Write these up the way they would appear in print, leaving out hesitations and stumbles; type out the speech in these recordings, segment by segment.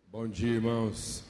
Bom dia, irmãos.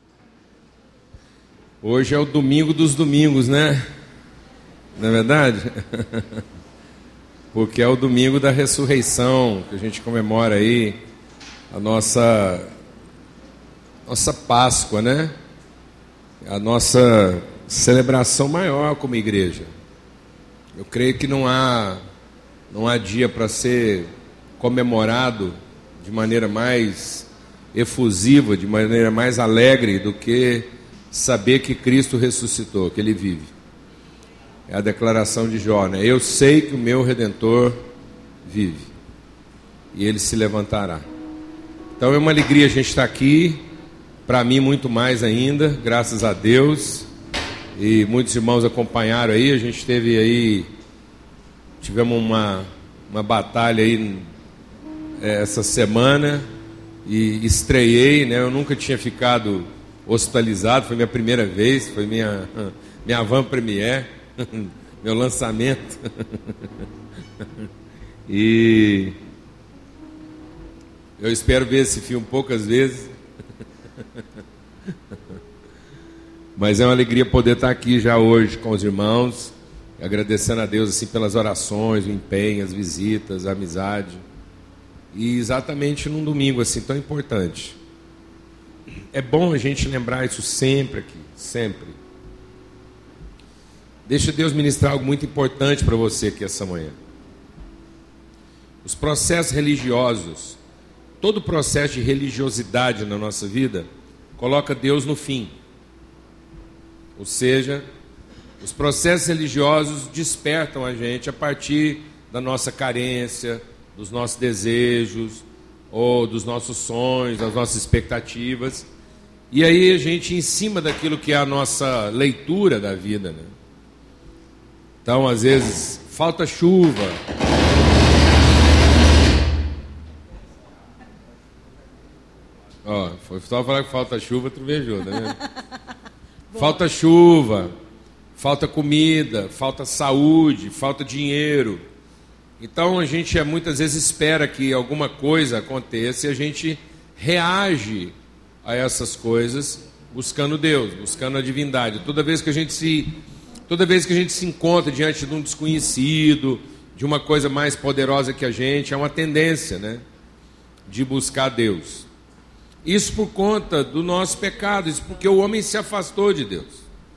Hoje é o domingo dos domingos, né? Não é verdade? Porque é o domingo da ressurreição, que a gente comemora aí a nossa Páscoa, né? A nossa celebração maior como igreja. Eu creio que não há dia para ser comemorado de maneira mais efusiva, de maneira mais alegre do que saber que Cristo ressuscitou, que Ele vive. É a declaração de Jó, né? Eu sei que o meu Redentor vive e Ele se levantará. Então é uma alegria a gente estar aqui, para mim muito mais ainda, graças a Deus. E muitos irmãos acompanharam aí, a gente tivemos uma batalha aí essa semana e estreiei, né? Eu nunca tinha ficado hospitalizado, foi minha primeira vez, foi minha avant-première, meu lançamento. E eu espero ver esse filme poucas vezes. Mas é uma alegria poder estar aqui já hoje com os irmãos, agradecendo a Deus assim pelas orações, o empenho, as visitas, a amizade. E exatamente num domingo assim tão importante. É bom a gente lembrar isso sempre aqui, sempre. Deixa Deus ministrar algo muito importante para você aqui essa manhã. Os processos religiosos, todo processo de religiosidade na nossa vida, coloca Deus no fim. Ou seja, os processos religiosos despertam a gente a partir da nossa carência, dos nossos desejos, ou dos nossos sonhos, das nossas expectativas. E aí a gente, em cima daquilo que é a nossa leitura da vida, né? Então, às vezes, falta chuva. Foi só falar que falta chuva, trovejou, tá vendo? Falta chuva, falta comida, falta saúde, falta dinheiro. Então a gente muitas vezes espera que alguma coisa aconteça e a gente reage a essas coisas buscando Deus, buscando a divindade. Toda vez que a gente se encontra diante de um desconhecido, de uma coisa mais poderosa que a gente, é uma tendência, né, de buscar Deus. Isso por conta do nosso pecado, isso porque o homem se afastou de Deus.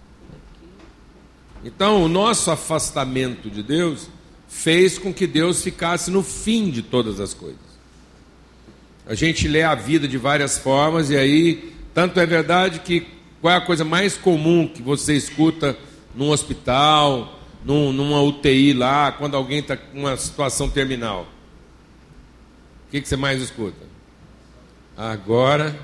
Então o nosso afastamento de Deus fez com que Deus ficasse no fim de todas as coisas. A gente lê a vida de várias formas, e aí, tanto é verdade que qual é a coisa mais comum que você escuta num hospital, numa UTI lá, quando alguém está com uma situação terminal? O que você mais escuta? Agora,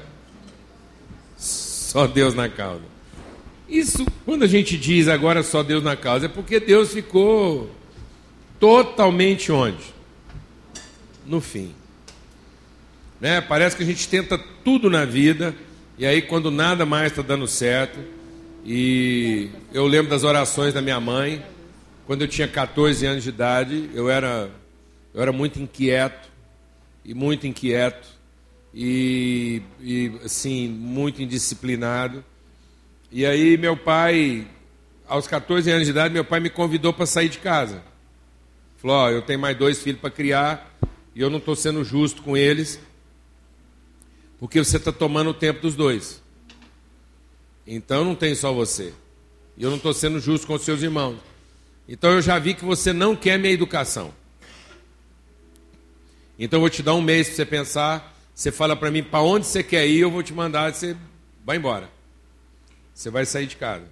só Deus na causa. Isso, quando a gente diz agora só Deus na causa, é porque Deus ficou totalmente onde? No fim. Né? Parece que a gente tenta tudo na vida, e aí quando nada mais está dando certo, e eu lembro das orações da minha mãe, quando eu tinha 14 anos de idade, eu era muito inquieto, e assim, muito indisciplinado. E aí meu pai, aos 14 anos de idade, meu pai me convidou para sair de casa. Falou, eu tenho mais 2 filhos para criar, e eu não estou sendo justo com eles, porque você está tomando o tempo dos 2. Então não tem só você. E eu não estou sendo justo com os seus irmãos. Então eu já vi que você não quer minha educação. Então eu vou te dar 1 mês para você pensar. Você fala para mim para onde você quer ir, eu vou te mandar, você vai embora. Você vai sair de casa.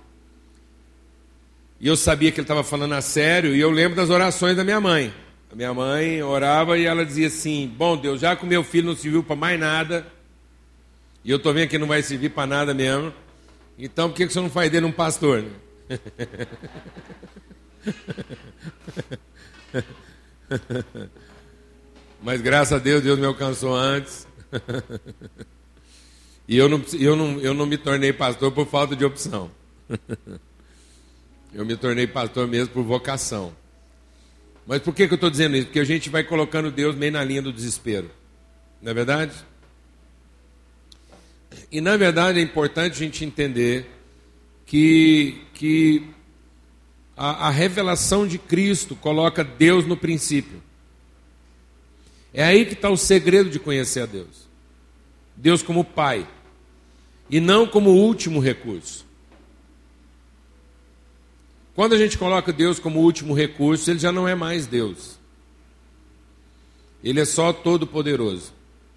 E eu sabia que ele estava falando a sério, e eu lembro das orações da minha mãe. A minha mãe orava e ela dizia assim, bom Deus, já que o meu filho não serviu para mais nada, e eu estou vendo que não vai servir para nada mesmo, então por que você não faz dele um pastor? Né? Mas graças a Deus, Deus me alcançou antes. E eu não me tornei pastor por falta de opção. Eu me tornei pastor mesmo por vocação. Mas por que eu estou dizendo isso? Porque a gente vai colocando Deus meio na linha do desespero. Não é verdade? E, na verdade, é importante a gente entender que a revelação de Cristo coloca Deus no princípio. É aí que está o segredo de conhecer a Deus. Deus como Pai. E não como último recurso. Quando a gente coloca Deus como último recurso, Ele já não é mais Deus. Ele é só todo-poderoso.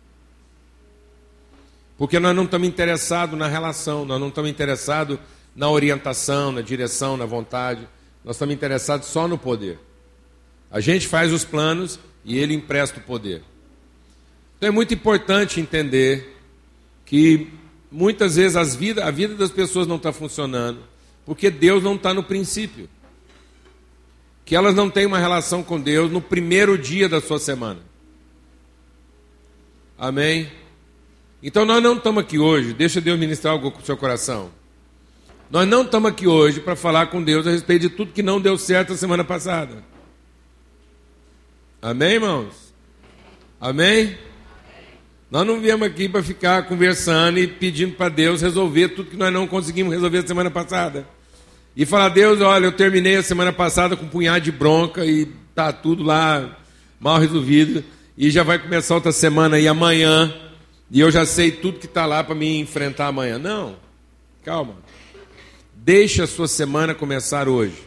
Porque nós não estamos interessados na relação, nós não estamos interessados na orientação, na direção, na vontade. Nós estamos interessados só no poder. A gente faz os planos e Ele empresta o poder. Então é muito importante entender que muitas vezes a vida das pessoas não está funcionando porque Deus não está no princípio. Que elas não têm uma relação com Deus no primeiro dia da sua semana. Amém? Então nós não estamos aqui hoje, deixa Deus ministrar algo com o seu coração. Nós não estamos aqui hoje para falar com Deus a respeito de tudo que não deu certo a semana passada. Amém, irmãos? Amém? Nós não viemos aqui para ficar conversando e pedindo para Deus resolver tudo que nós não conseguimos resolver a semana passada. E falar, Deus, olha, eu terminei a semana passada com um punhado de bronca e está tudo lá mal resolvido. E já vai começar outra semana aí amanhã. E eu já sei tudo que está lá para me enfrentar amanhã. Não, calma. Deixe a sua semana começar hoje.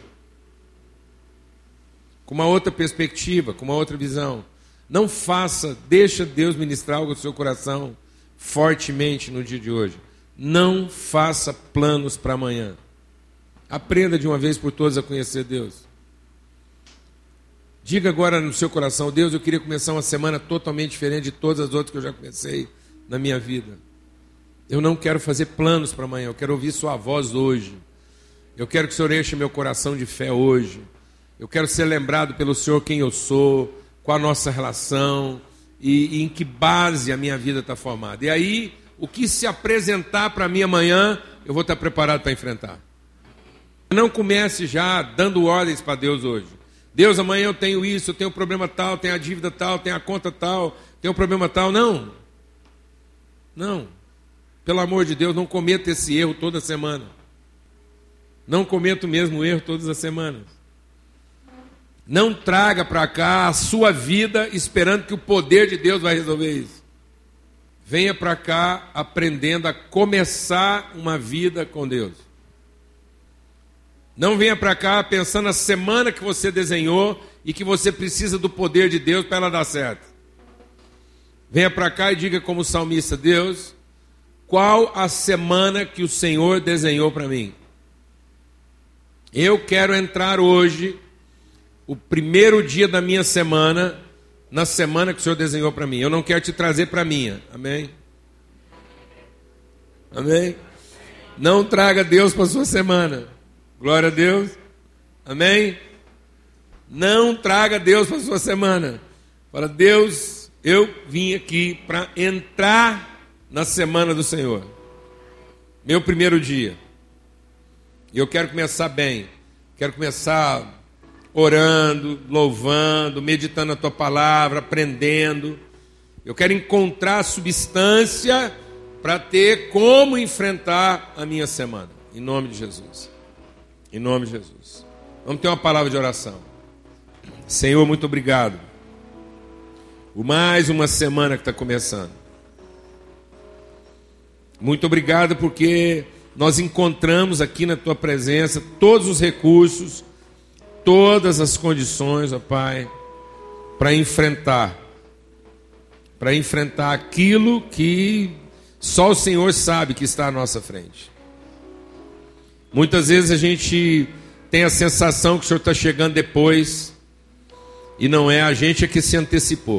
Com uma outra perspectiva, com uma outra visão. Não faça, deixa Deus ministrar algo no seu coração fortemente no dia de hoje. Não faça planos para amanhã. Aprenda de uma vez por todas a conhecer Deus. Diga agora no seu coração, Deus, eu queria começar uma semana totalmente diferente de todas as outras que eu já comecei na minha vida. Eu não quero fazer planos para amanhã, eu quero ouvir sua voz hoje. Eu quero que o Senhor enche meu coração de fé hoje. Eu quero ser lembrado pelo Senhor quem eu sou, qual a nossa relação e em que base a minha vida está formada. E aí, o que se apresentar para mim amanhã, eu vou estar preparado para enfrentar. Não comece já dando ordens para Deus hoje. Deus, amanhã eu tenho isso, eu tenho um problema tal, tenho a dívida tal, tenho a conta tal, tenho um problema tal. Não. Não. Pelo amor de Deus, não cometa esse erro toda semana. Não cometa o mesmo erro todas as semanas. Não traga para cá a sua vida esperando que o poder de Deus vai resolver isso. Venha para cá aprendendo a começar uma vida com Deus. Não venha para cá pensando na semana que você desenhou e que você precisa do poder de Deus para ela dar certo. Venha para cá e diga como salmista, Deus, qual a semana que o Senhor desenhou para mim? Eu quero entrar hoje, o primeiro dia da minha semana, na semana que o Senhor desenhou para mim. Eu não quero te trazer para a minha. Amém? Amém? Não traga Deus para a sua semana. Glória a Deus. Amém? Não traga Deus para a sua semana. Fala, Deus, eu vim aqui para entrar na semana do Senhor. Meu primeiro dia. E eu quero começar bem. Quero começar orando, louvando, meditando a tua palavra, aprendendo. Eu quero encontrar substância para ter como enfrentar a minha semana. Em nome de Jesus. Em nome de Jesus. Vamos ter uma palavra de oração. Senhor, muito obrigado por mais uma semana que está começando. Muito obrigado porque nós encontramos aqui na tua presença todos os recursos, todas as condições, ó Pai, para enfrentar aquilo que só o Senhor sabe que está à nossa frente. Muitas vezes a gente tem a sensação que o Senhor está chegando depois e não é, a gente é que se antecipou.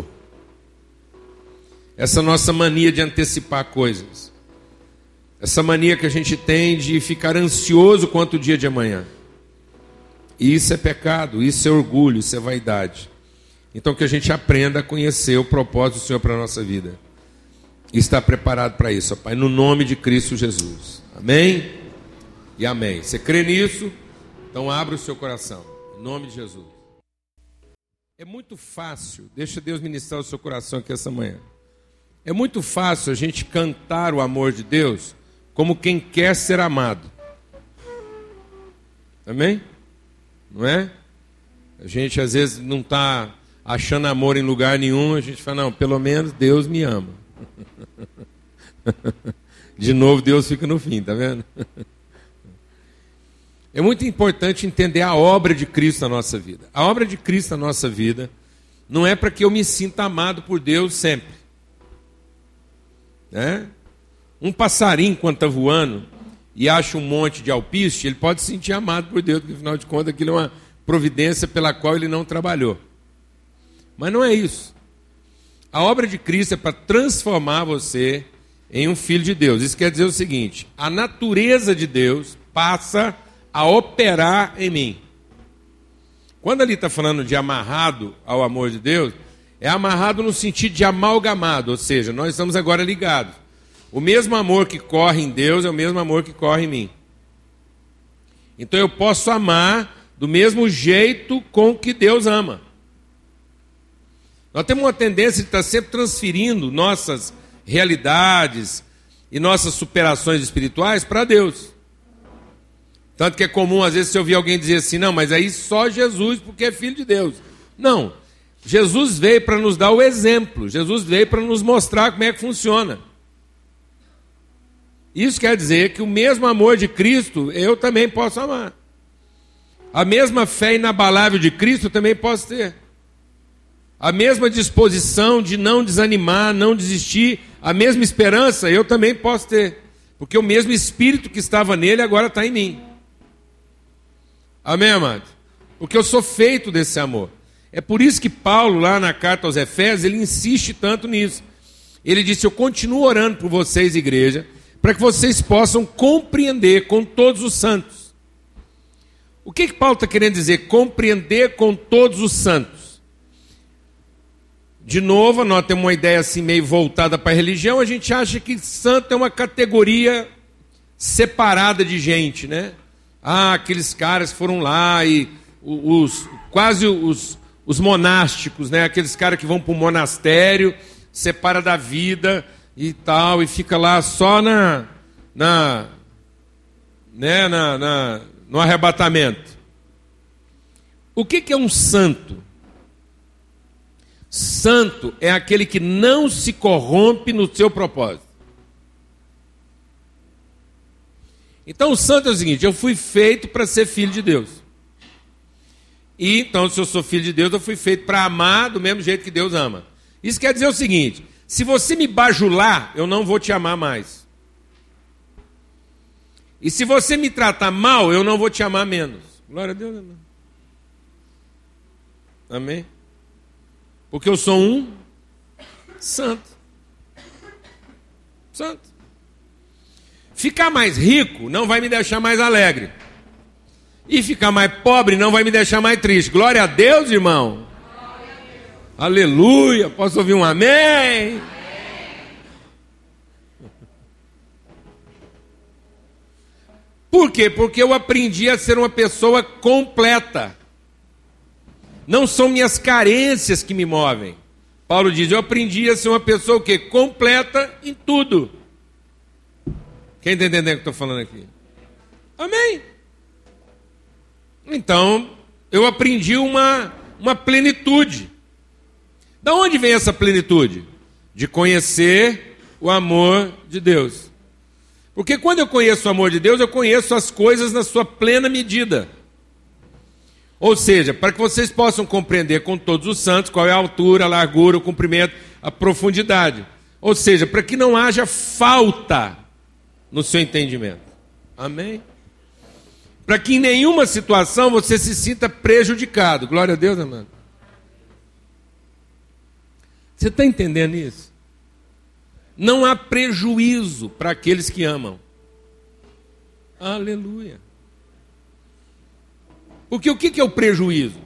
Essa nossa mania de antecipar coisas, essa mania que a gente tem de ficar ansioso quanto o dia de amanhã. E isso é pecado, isso é orgulho, isso é vaidade. Então que a gente aprenda a conhecer o propósito do Senhor para a nossa vida. E estar preparado para isso, ó Pai, no nome de Cristo Jesus. Amém? E amém. Você crê nisso? Então abra o seu coração. Em nome de Jesus. É muito fácil, deixa Deus ministrar o seu coração aqui essa manhã. É muito fácil a gente cantar o amor de Deus como quem quer ser amado. Amém? Não é? A gente às vezes não está achando amor em lugar nenhum, a gente fala, não, pelo menos Deus me ama. De novo, Deus fica no fim, tá vendo? É muito importante entender a obra de Cristo na nossa vida. A obra de Cristo na nossa vida não é para que eu me sinta amado por Deus sempre. Né? Um passarinho, quando está voando e acha um monte de alpiste, ele pode se sentir amado por Deus, porque afinal de contas aquilo é uma providência pela qual ele não trabalhou. Mas não é isso. A obra de Cristo é para transformar você em um filho de Deus. Isso quer dizer o seguinte: a natureza de Deus passa a operar em mim. Quando ali está falando de amarrado ao amor de Deus, é amarrado no sentido de amalgamado, ou seja, nós estamos agora ligados. O mesmo amor que corre em Deus é o mesmo amor que corre em mim. Então eu posso amar do mesmo jeito com que Deus ama. Nós temos uma tendência de estar sempre transferindo nossas realidades e nossas superações espirituais para Deus. Tanto que é comum, às vezes, você ouvir alguém dizer assim, não, mas aí só Jesus, porque é filho de Deus. Não, Jesus veio para nos dar o exemplo, Jesus veio para nos mostrar como é que funciona. Isso quer dizer que o mesmo amor de Cristo, eu também posso amar. A mesma fé inabalável de Cristo, eu também posso ter. A mesma disposição de não desanimar, não desistir, a mesma esperança, eu também posso ter. Porque o mesmo Espírito que estava nele agora está em mim. Amém, amado? Porque eu sou feito desse amor. É por isso que Paulo, lá na carta aos Efésios, ele insiste tanto nisso. Ele disse, eu continuo orando por vocês, igreja, para que vocês possam compreender com todos os santos. O que Paulo está querendo dizer? Compreender com todos os santos. De novo, nós temos uma ideia assim meio voltada para a religião, a gente acha que santo é uma categoria separada de gente, né? Ah, aqueles caras que foram lá e os monásticos, né? Aqueles caras que vão para o monastério, separa da vida e tal, e fica lá só no arrebatamento. O que é um santo? Santo é aquele que não se corrompe no seu propósito. Então o santo é o seguinte, eu fui feito para ser filho de Deus. E então, se eu sou filho de Deus, eu fui feito para amar do mesmo jeito que Deus ama. Isso quer dizer o seguinte, se você me bajular, eu não vou te amar mais. E se você me tratar mal, eu não vou te amar menos. Glória a Deus, irmão. Amém? Porque eu sou um santo. Santo. Ficar mais rico não vai me deixar mais alegre. E ficar mais pobre não vai me deixar mais triste. Glória a Deus, irmão. Glória a Deus. Aleluia. Posso ouvir um amém? Amém. Por quê? Porque eu aprendi a ser uma pessoa completa. Não são minhas carências que me movem. Paulo diz, eu aprendi a ser uma pessoa o quê? Completa em tudo. Quem está entendendo o que eu estou falando aqui? Amém. Então, eu aprendi uma plenitude. Da onde vem essa plenitude? De conhecer o amor de Deus. Porque quando eu conheço o amor de Deus, eu conheço as coisas na sua plena medida. Ou seja, para que vocês possam compreender com todos os santos qual é a altura, a largura, o comprimento, a profundidade. Ou seja, para que não haja falta no seu entendimento. Amém? Para que em nenhuma situação você se sinta prejudicado. Glória a Deus, amado. Você está entendendo isso? Não há prejuízo para aqueles que amam. Aleluia. Porque o que é o prejuízo?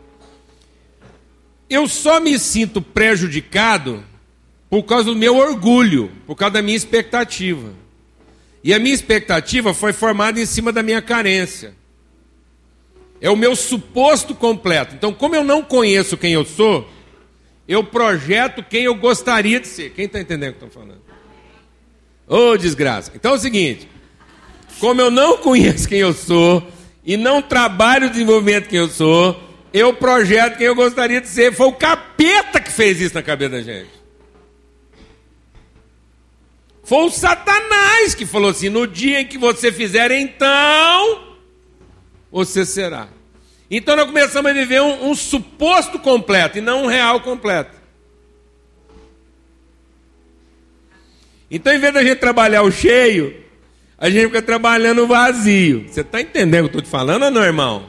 Eu só me sinto prejudicado por causa do meu orgulho, por causa da minha expectativa. E a minha expectativa foi formada em cima da minha carência. É o meu suposto completo. Então, como eu não conheço quem eu sou, eu projeto quem eu gostaria de ser. Quem está entendendo o que eu estou falando? Ô, desgraça. Então é o seguinte, como eu não conheço quem eu sou e não trabalho o desenvolvimento de quem eu sou, eu projeto quem eu gostaria de ser. Foi o capeta que fez isso na cabeça da gente. Foi o Satanás que falou assim, no dia em que você fizer, então, você será. Então nós começamos a viver um suposto completo e não um real completo. Então, em vez da gente trabalhar o cheio, a gente fica trabalhando o vazio. Você está entendendo o que eu estou te falando ou não, irmão?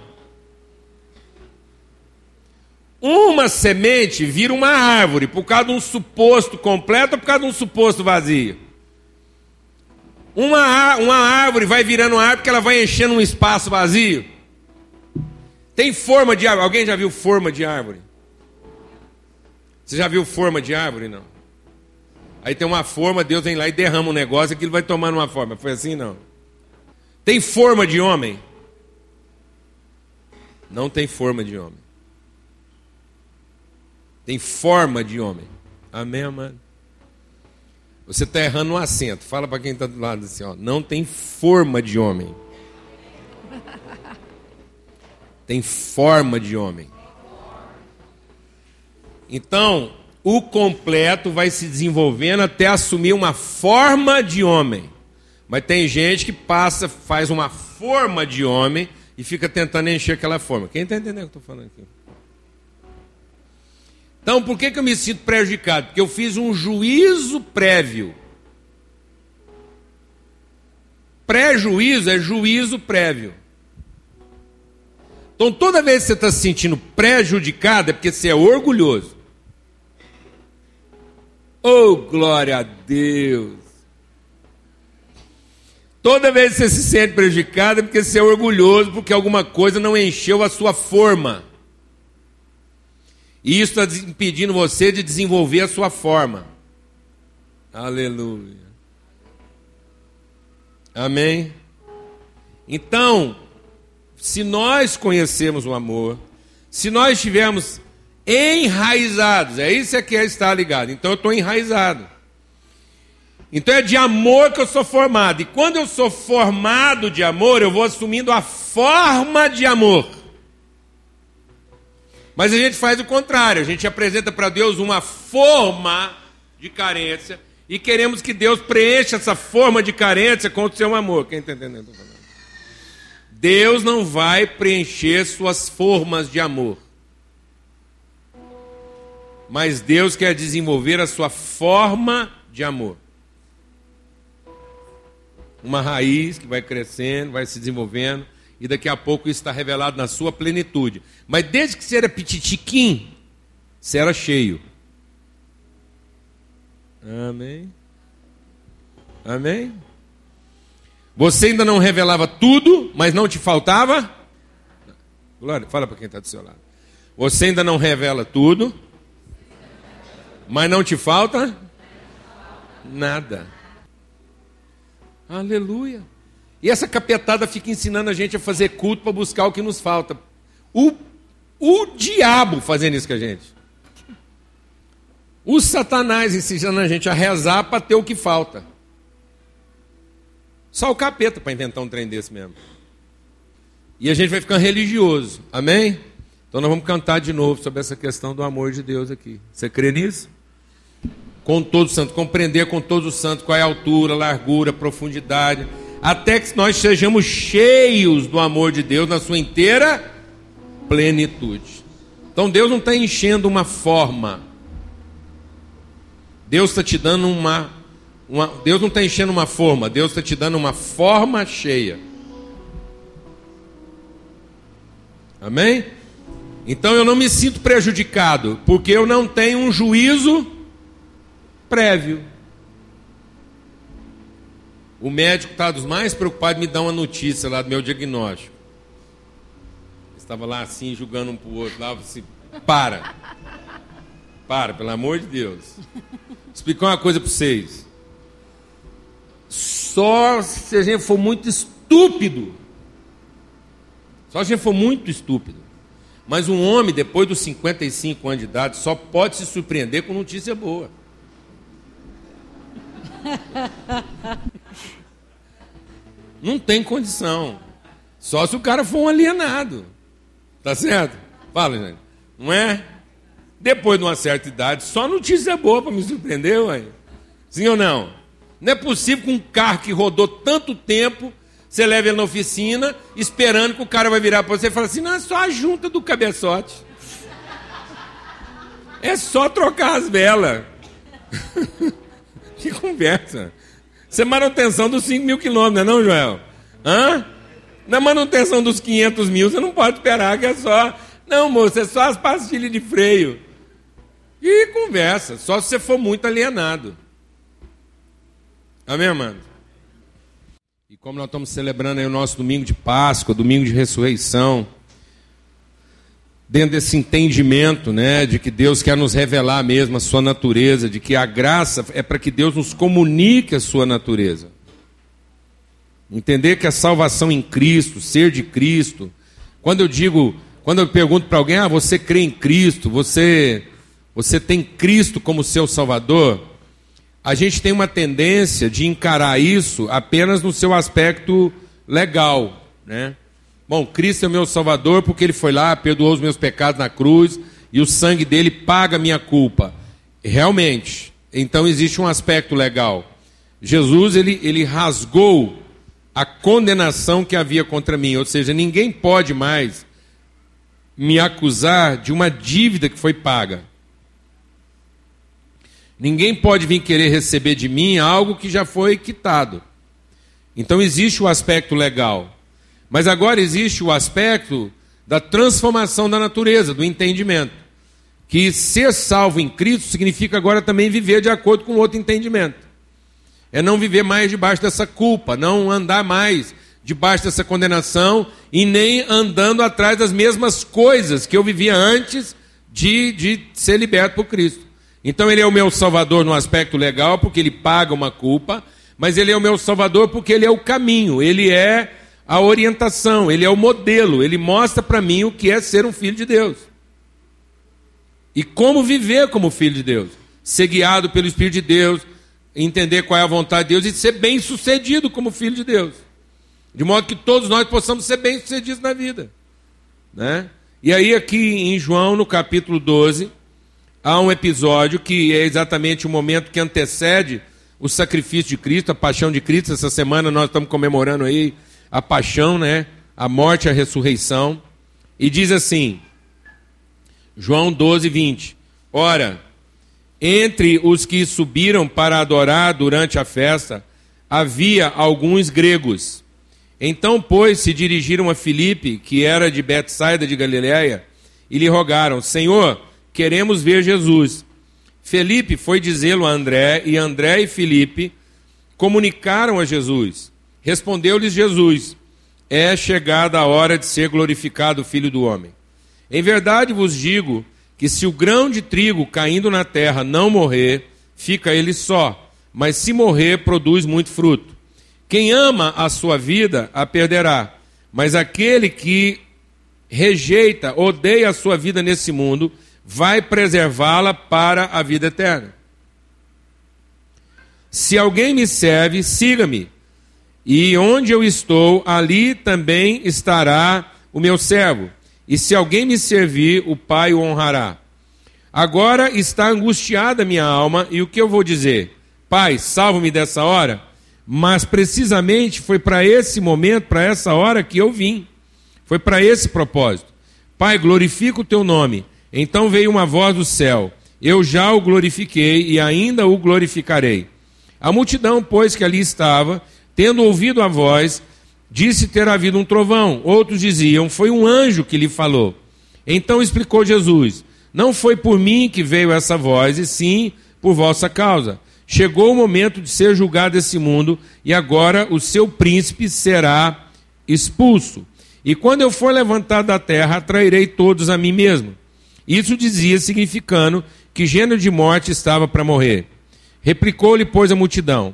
Uma semente vira uma árvore por causa de um suposto completo ou por causa de um suposto vazio? Uma árvore vai virando uma árvore porque ela vai enchendo um espaço vazio. Tem forma de árvore. Alguém já viu forma de árvore? Você já viu forma de árvore? Não. Aí tem uma forma, Deus vem lá e derrama um negócio, aquilo vai tomando uma forma. Foi assim, não? Tem forma de homem? Não tem forma de homem. Tem forma de homem. Amém, amado? Você está errando um acento. Fala para quem está do lado assim, ó. Não tem forma de homem. Tem forma de homem. Então, o completo vai se desenvolvendo até assumir uma forma de homem. Mas tem gente que faz uma forma de homem e fica tentando encher aquela forma. Quem está entendendo o que eu estou falando aqui? Então, por que eu me sinto prejudicado? Porque eu fiz um juízo prévio. Prejuízo é juízo prévio. Então, toda vez que você está se sentindo prejudicado, é porque você é orgulhoso. Oh, glória a Deus! Toda vez que você se sente prejudicado, é porque você é orgulhoso, porque alguma coisa não encheu a sua forma. E isso está impedindo você de desenvolver a sua forma. Aleluia. Amém? Então, se nós conhecermos o amor, se nós estivermos enraizados, é isso que é estar ligado. Então eu estou enraizado. Então é de amor que eu sou formado. E quando eu sou formado de amor, eu vou assumindo a forma de amor. Mas a gente faz o contrário. A gente apresenta para Deus uma forma de carência e queremos que Deus preencha essa forma de carência com o seu amor. Quem está entendendo? Deus não vai preencher suas formas de amor. Mas Deus quer desenvolver a sua forma de amor. Uma raiz que vai crescendo, vai se desenvolvendo, e daqui a pouco isso está revelado na sua plenitude. Mas desde que você era pititiquim, você era cheio. Amém? Amém? Você ainda não revelava tudo, mas não te faltava? Glória, fala para quem está do seu lado. Você ainda não revela tudo, mas não te falta nada. Aleluia. E essa capetada fica ensinando a gente a fazer culto para buscar o que nos falta. O diabo fazendo isso com a gente. O Satanás ensinando a gente a rezar para ter o que falta. Só o capeta para inventar um trem desse mesmo. E a gente vai ficando religioso. Amém? Então nós vamos cantar de novo sobre essa questão do amor de Deus aqui. Você crê nisso? Com todo o santo. Compreender com todo o santo qual é a altura, largura, profundidade. Até que nós sejamos cheios do amor de Deus na sua inteira plenitude. Então Deus não está enchendo uma forma. Deus está te dando Deus não está enchendo uma forma. Deus está te dando uma forma cheia. Amém? Então eu não me sinto prejudicado, porque eu não tenho um juízo prévio. O médico está dos mais preocupados em me dar uma notícia lá do meu diagnóstico. Estava lá assim, julgando um para o outro. Lá, assim, para, pelo amor de Deus. Vou explicar uma coisa para vocês. Só se a gente for muito estúpido. Só se a gente for muito estúpido. Mas um homem, depois dos 55 anos de idade, só pode se surpreender com notícia boa. Não tem condição. Só se o cara for um alienado. Tá certo? Fala, gente. Não é? Depois de uma certa idade, só notícia boa para me surpreender, ué. Sim ou não? Não é possível que um carro que rodou tanto tempo, você leve ele na oficina, esperando que o cara vai virar para você e falar assim, não, é só a junta do cabeçote. É só trocar as velas. Que conversa. Isso é manutenção dos 5 mil quilômetros, não é não, Joel? Hã? Na manutenção dos 500 mil, você não pode esperar que é só... Não, moço, é só as pastilhas de freio. E conversa, só se você for muito alienado. Amém, amado? E como nós estamos celebrando aí o nosso domingo de Páscoa, domingo de ressurreição, dentro desse entendimento, né, de que Deus quer nos revelar mesmo a sua natureza, de que a graça é para que Deus nos comunique a sua natureza. Entender que a salvação em Cristo, ser de Cristo, quando eu pergunto para alguém, você crê em Cristo, você tem Cristo como seu Salvador, a gente tem uma tendência de encarar isso apenas no seu aspecto legal, né? Bom, Cristo é o meu Salvador porque Ele foi lá, perdoou os meus pecados na cruz e o sangue dele paga a minha culpa. Realmente, então existe um aspecto legal. Jesus, ele rasgou a condenação que havia contra mim, ou seja, ninguém pode mais me acusar de uma dívida que foi paga. Ninguém pode vir querer receber de mim algo que já foi quitado. Então existe o aspecto legal. Mas agora existe o aspecto da transformação da natureza, do entendimento. Que ser salvo em Cristo significa agora também viver de acordo com outro entendimento. É não viver mais debaixo dessa culpa, não andar mais debaixo dessa condenação e nem andando atrás das mesmas coisas que eu vivia antes de ser liberto por Cristo. Então ele é o meu Salvador no aspecto legal, porque ele paga uma culpa, mas ele é o meu Salvador porque ele é o caminho, ele é a orientação, ele é o modelo, ele mostra para mim o que é ser um filho de Deus. E como viver como filho de Deus. Ser guiado pelo Espírito de Deus, entender qual é a vontade de Deus e ser bem sucedido como filho de Deus. De modo que todos nós possamos ser bem sucedidos na vida, né? E aí aqui em João, no capítulo 12, há um episódio que é exatamente o momento que antecede o sacrifício de Cristo, a paixão de Cristo. Essa semana nós estamos comemorando aí a paixão, né? A morte e a ressurreição. E diz assim, João 12, 20. Ora, entre os que subiram para adorar durante a festa, havia alguns gregos. Então, pois, se dirigiram a Filipe, que era de Betsaida de Galiléia, e lhe rogaram, Senhor, queremos ver Jesus. Filipe foi dizê-lo a André, e André e Filipe comunicaram a Jesus. Respondeu-lhes Jesus, é chegada a hora de ser glorificado o Filho do Homem. Em verdade vos digo que se o grão de trigo caindo na terra não morrer, fica ele só, mas se morrer, produz muito fruto. Quem ama a sua vida, a perderá, mas aquele que rejeita, odeia a sua vida nesse mundo, vai preservá-la para a vida eterna. Se alguém me serve, siga-me, e onde eu estou, ali também estará o meu servo. E se alguém me servir, o Pai o honrará. Agora está angustiada minha alma, e o que eu vou dizer? Pai, salva-me dessa hora? Mas precisamente foi para esse momento, para essa hora que eu vim. Foi para esse propósito. Pai, glorifica o teu nome. Então veio uma voz do céu. Eu já o glorifiquei e ainda o glorificarei. A multidão, pois, que ali estava, tendo ouvido a voz, disse ter havido um trovão. Outros diziam, foi um anjo que lhe falou. Então explicou Jesus, não foi por mim que veio essa voz, e sim por vossa causa. Chegou o momento de ser julgado esse mundo, e agora o seu príncipe será expulso. E quando eu for levantado da terra, atrairei todos a mim mesmo. Isso dizia, significando que gênero de morte estava para morrer. Replicou-lhe, pois, a multidão,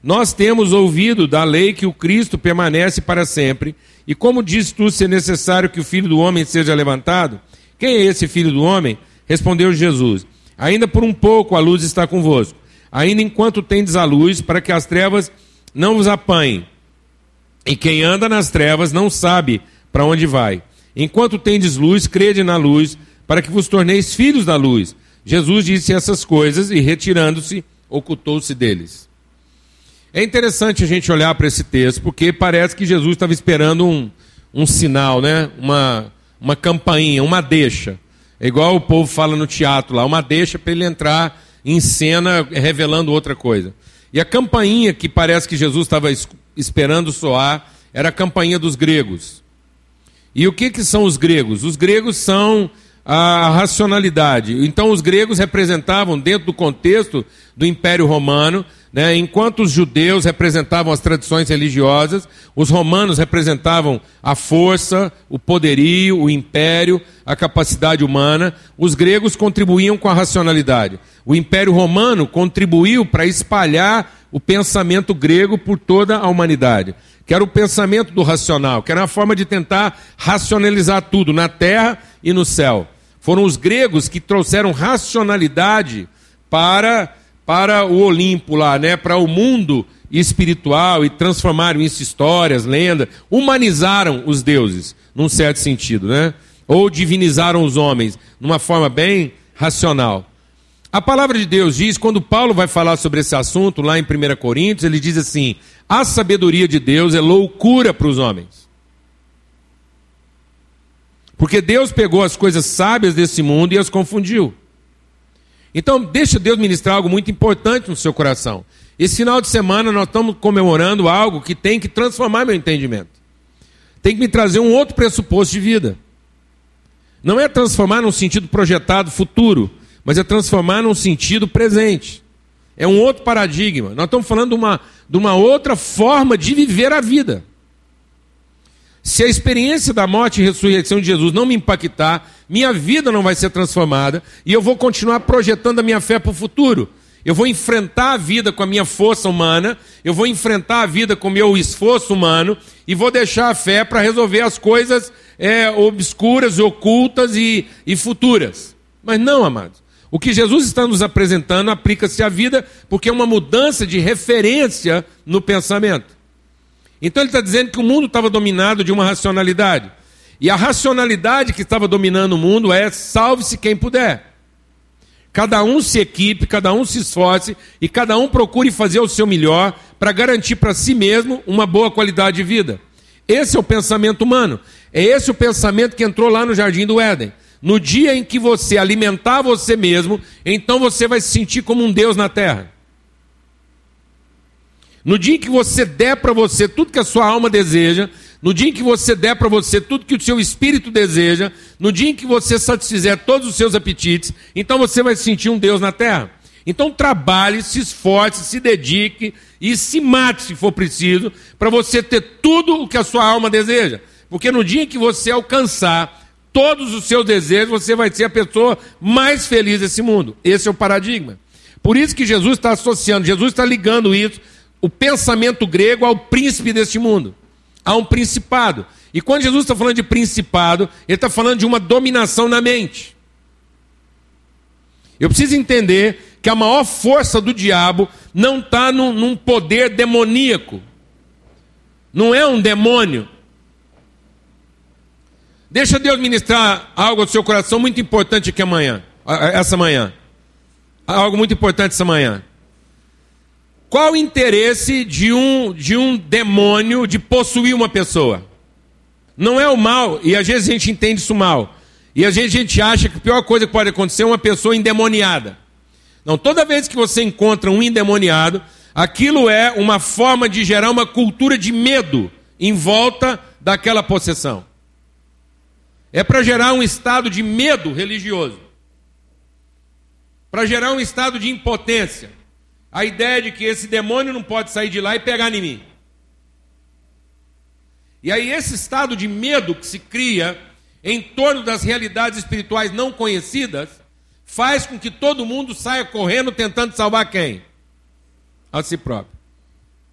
nós temos ouvido da lei que o Cristo permanece para sempre, e como diz tu ser necessário que o Filho do Homem seja levantado? Quem é esse Filho do Homem? Respondeu Jesus: ainda por um pouco a luz está convosco, ainda enquanto tendes a luz, para que as trevas não vos apanhem. E quem anda nas trevas não sabe para onde vai. Enquanto tendes luz, crede na luz, para que vos torneis filhos da luz. Jesus disse essas coisas e, retirando-se, ocultou-se deles. É interessante a gente olhar para esse texto, porque parece que Jesus estava esperando um sinal, né? Uma campainha, uma deixa. É igual o povo fala no teatro lá, uma deixa para ele entrar em cena revelando outra coisa. E a campainha que parece que Jesus estava esperando soar era a campainha dos gregos. E o que são os gregos? Os gregos são a racionalidade. Então os gregos representavam, dentro do contexto do Império Romano, né, enquanto os judeus representavam as tradições religiosas, os romanos representavam a força, o poderio, o império, a capacidade humana, os gregos contribuíam com a racionalidade. O Império Romano contribuiu para espalhar o pensamento grego por toda a humanidade, que era o pensamento do racional, que era uma forma de tentar racionalizar tudo, na terra e no céu. Foram os gregos que trouxeram racionalidade para o Olimpo lá, né? Para o mundo espiritual, e transformaram isso em histórias, lendas, humanizaram os deuses, num certo sentido, né? Ou divinizaram os homens, numa forma bem racional. A palavra de Deus diz, quando Paulo vai falar sobre esse assunto, lá em 1 Coríntios, ele diz assim: a sabedoria de Deus é loucura para os homens. Porque Deus pegou as coisas sábias desse mundo e as confundiu. Então, deixa Deus ministrar algo muito importante no seu coração. Esse final de semana nós estamos comemorando algo que tem que transformar meu entendimento. Tem que me trazer um outro pressuposto de vida. Não é transformar num sentido projetado futuro, mas é transformar num sentido presente. É um outro paradigma. Nós estamos falando de uma outra forma de viver a vida. Se a experiência da morte e ressurreição de Jesus não me impactar, minha vida não vai ser transformada e eu vou continuar projetando a minha fé para o futuro. Eu vou enfrentar a vida com a minha força humana, eu vou enfrentar a vida com o meu esforço humano e vou deixar a fé para resolver as coisas obscuras, ocultas e futuras. Mas não, amados. O que Jesus está nos apresentando aplica-se à vida porque é uma mudança de referência no pensamento. Então ele está dizendo que o mundo estava dominado de uma racionalidade. E a racionalidade que estava dominando o mundo é: salve-se quem puder. Cada um se equipe, cada um se esforce e cada um procure fazer o seu melhor para garantir para si mesmo uma boa qualidade de vida. Esse é o pensamento humano. É esse o pensamento que entrou lá no Jardim do Éden. No dia em que você alimentar você mesmo, então você vai se sentir como um Deus na terra. No dia em que você der para você tudo que a sua alma deseja, no dia em que você der para você tudo que o seu espírito deseja, no dia em que você satisfizer todos os seus apetites, então você vai se sentir um Deus na terra. Então trabalhe, se esforce, se dedique e se mate se for preciso, para você ter tudo o que a sua alma deseja. Porque no dia em que você alcançar todos os seus desejos, você vai ser a pessoa mais feliz desse mundo. Esse é o paradigma. Por isso que Jesus está associando, Jesus está ligando isso, o pensamento grego ao príncipe deste mundo, a um principado. E quando Jesus está falando de principado, ele está falando de uma dominação na mente. Eu preciso entender que a maior força do diabo não está num poder demoníaco. Não é um demônio. Deixa Deus ministrar algo ao seu coração muito importante aqui essa manhã. Algo muito importante essa manhã. Qual o interesse de um demônio de possuir uma pessoa? Não é o mal, e às vezes a gente entende isso mal. E às vezes a gente acha que a pior coisa que pode acontecer é uma pessoa endemoniada. Não, toda vez que você encontra um endemoniado, aquilo é uma forma de gerar uma cultura de medo em volta daquela possessão. É para gerar um estado de medo religioso. Para gerar um estado de impotência. A ideia de que esse demônio não pode sair de lá e pegar em mim. E aí esse estado de medo que se cria em torno das realidades espirituais não conhecidas faz com que todo mundo saia correndo tentando salvar quem? A si próprio.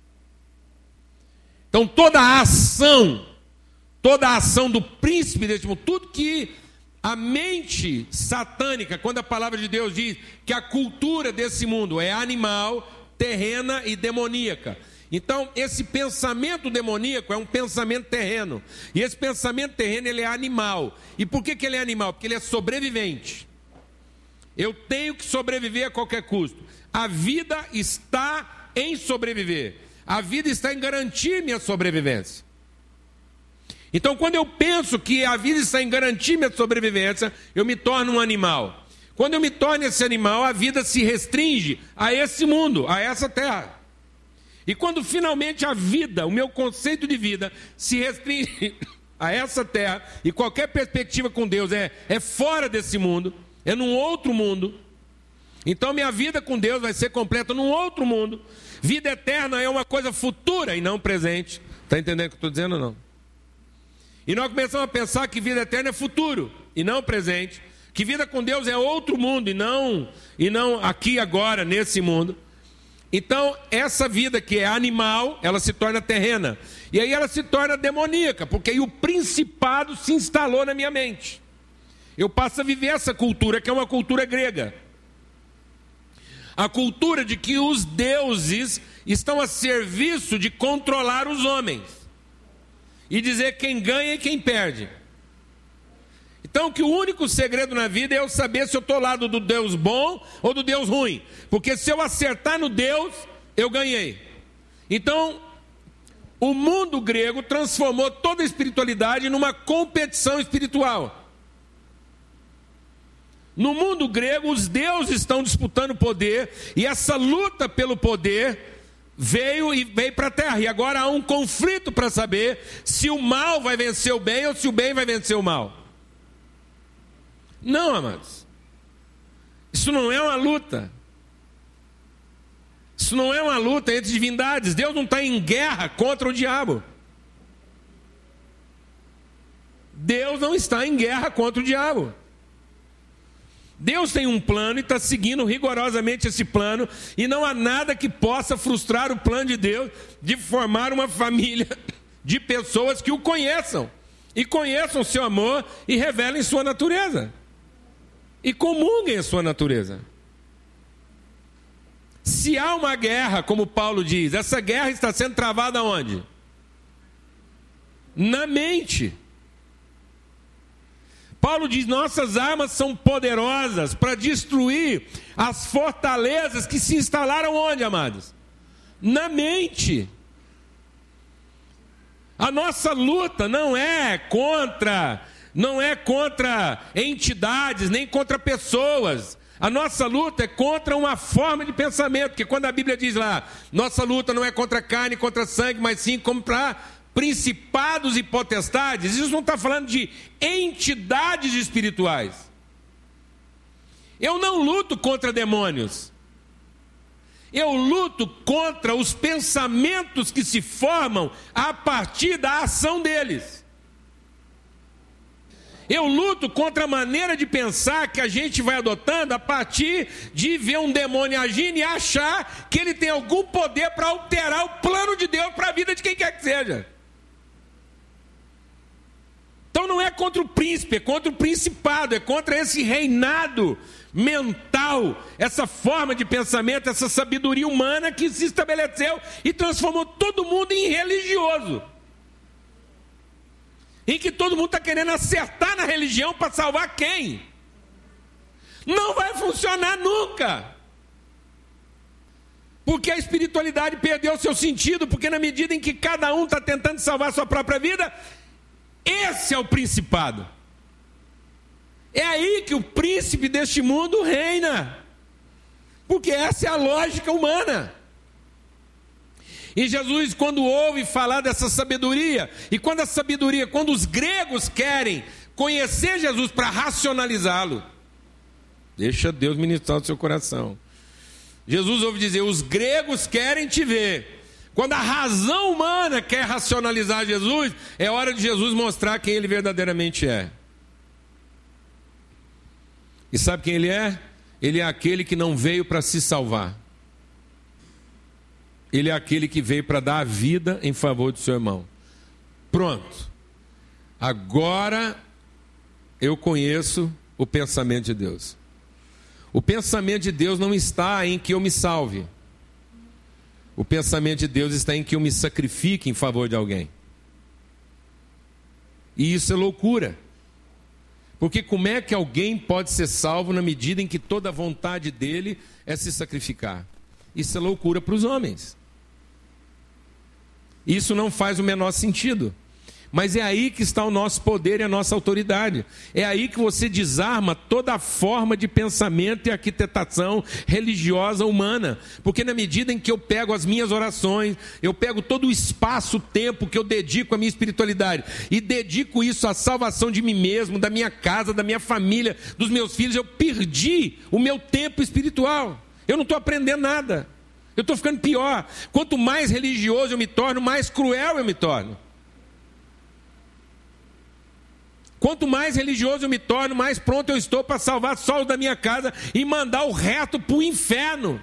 Então toda a ação do príncipe deste mundo, tudo que a mente satânica, quando a palavra de Deus diz que a cultura desse mundo é animal, terrena e demoníaca. Então, esse pensamento demoníaco é um pensamento terreno. E esse pensamento terreno, ele é animal. E por que ele é animal? Porque ele é sobrevivente. Eu tenho que sobreviver a qualquer custo. A vida está em sobreviver. A vida está em garantir minha sobrevivência. Então, quando eu penso que a vida está em garantir minha sobrevivência, eu me torno um animal. Quando eu me torno esse animal, a vida se restringe a esse mundo, a essa terra. E quando finalmente a vida, o meu conceito de vida, se restringe a essa terra, e qualquer perspectiva com Deus é fora desse mundo, é num outro mundo, então minha vida com Deus vai ser completa num outro mundo. Vida eterna é uma coisa futura e não presente. Está entendendo o que eu estou dizendo ou não? E nós começamos a pensar que vida eterna é futuro e não presente, que vida com Deus é outro mundo e não aqui agora, nesse mundo. Então, essa vida que é animal, ela se torna terrena. E aí ela se torna demoníaca, porque aí o principado se instalou na minha mente. Eu passo a viver essa cultura, que é uma cultura grega. A cultura de que os deuses estão a serviço de controlar os homens. E dizer quem ganha e quem perde. Então, que o único segredo na vida é eu saber se eu estou ao lado do Deus bom ou do Deus ruim. Porque se eu acertar no Deus, eu ganhei. Então, o mundo grego transformou toda a espiritualidade numa competição espiritual. No mundo grego, os deuses estão disputando poder, e essa luta pelo poder veio para a terra. E agora há um conflito para saber se o mal vai vencer o bem ou se o bem vai vencer o mal. Não, amados. Isso não é uma luta. Isso não é uma luta entre divindades. Deus não está em guerra contra o diabo. Deus não está em guerra contra o diabo. Deus tem um plano e está seguindo rigorosamente esse plano, e não há nada que possa frustrar o plano de Deus de formar uma família de pessoas que o conheçam, e conheçam o seu amor e revelem sua natureza, e comunguem a sua natureza. Se há uma guerra, como Paulo diz, essa guerra está sendo travada onde? Na mente. Paulo diz, nossas armas são poderosas para destruir as fortalezas que se instalaram onde, amados? Na mente. A nossa luta não é contra entidades, nem contra pessoas. A nossa luta é contra uma forma de pensamento, porque quando a Bíblia diz lá, nossa luta não é contra carne, contra sangue, mas sim contra principados e potestades, isso não está falando de entidades espirituais. Eu não luto contra demônios. Eu luto contra os pensamentos que se formam a partir da ação deles. Eu luto contra a maneira de pensar que a gente vai adotando a partir de ver um demônio agindo e achar que ele tem algum poder para alterar o plano de Deus para a vida de quem quer que seja. Então não é contra o príncipe, é contra o principado, é contra esse reinado mental, essa forma de pensamento, essa sabedoria humana que se estabeleceu e transformou todo mundo em religioso. Em que todo mundo está querendo acertar na religião para salvar quem? Não vai funcionar nunca. Porque a espiritualidade perdeu seu sentido, porque na medida em que cada um está tentando salvar a sua própria vida, esse é o principado. É aí que o príncipe deste mundo reina. Porque essa é a lógica humana. E Jesus, quando ouve falar dessa sabedoria, e quando os gregos querem conhecer Jesus para racionalizá-lo, deixa Deus ministrar o seu coração. Jesus ouve dizer, os gregos querem te ver. Quando a razão humana quer racionalizar Jesus, é hora de Jesus mostrar quem ele verdadeiramente é. E sabe quem ele é? Ele é aquele que não veio para se salvar. Ele é aquele que veio para dar a vida em favor do seu irmão. Pronto. Agora eu conheço o pensamento de Deus. O pensamento de Deus não está em que eu me salve. O pensamento de Deus está em que eu me sacrifique em favor de alguém. E isso é loucura. Porque como é que alguém pode ser salvo na medida em que toda a vontade dele é se sacrificar? Isso é loucura para os homens. Isso não faz o menor sentido. Mas é aí que está o nosso poder e a nossa autoridade. É aí que você desarma toda a forma de pensamento e arquitetação religiosa humana. Porque na medida em que eu pego as minhas orações, eu pego todo o espaço, o tempo que eu dedico à minha espiritualidade e dedico isso à salvação de mim mesmo, da minha casa, da minha família, dos meus filhos, eu perdi o meu tempo espiritual. Eu não estou aprendendo nada. Eu estou ficando pior. Quanto mais religioso eu me torno, mais cruel eu me torno. Quanto mais religioso eu me torno, mais pronto eu estou para salvar só os da minha casa e mandar o resto para o inferno.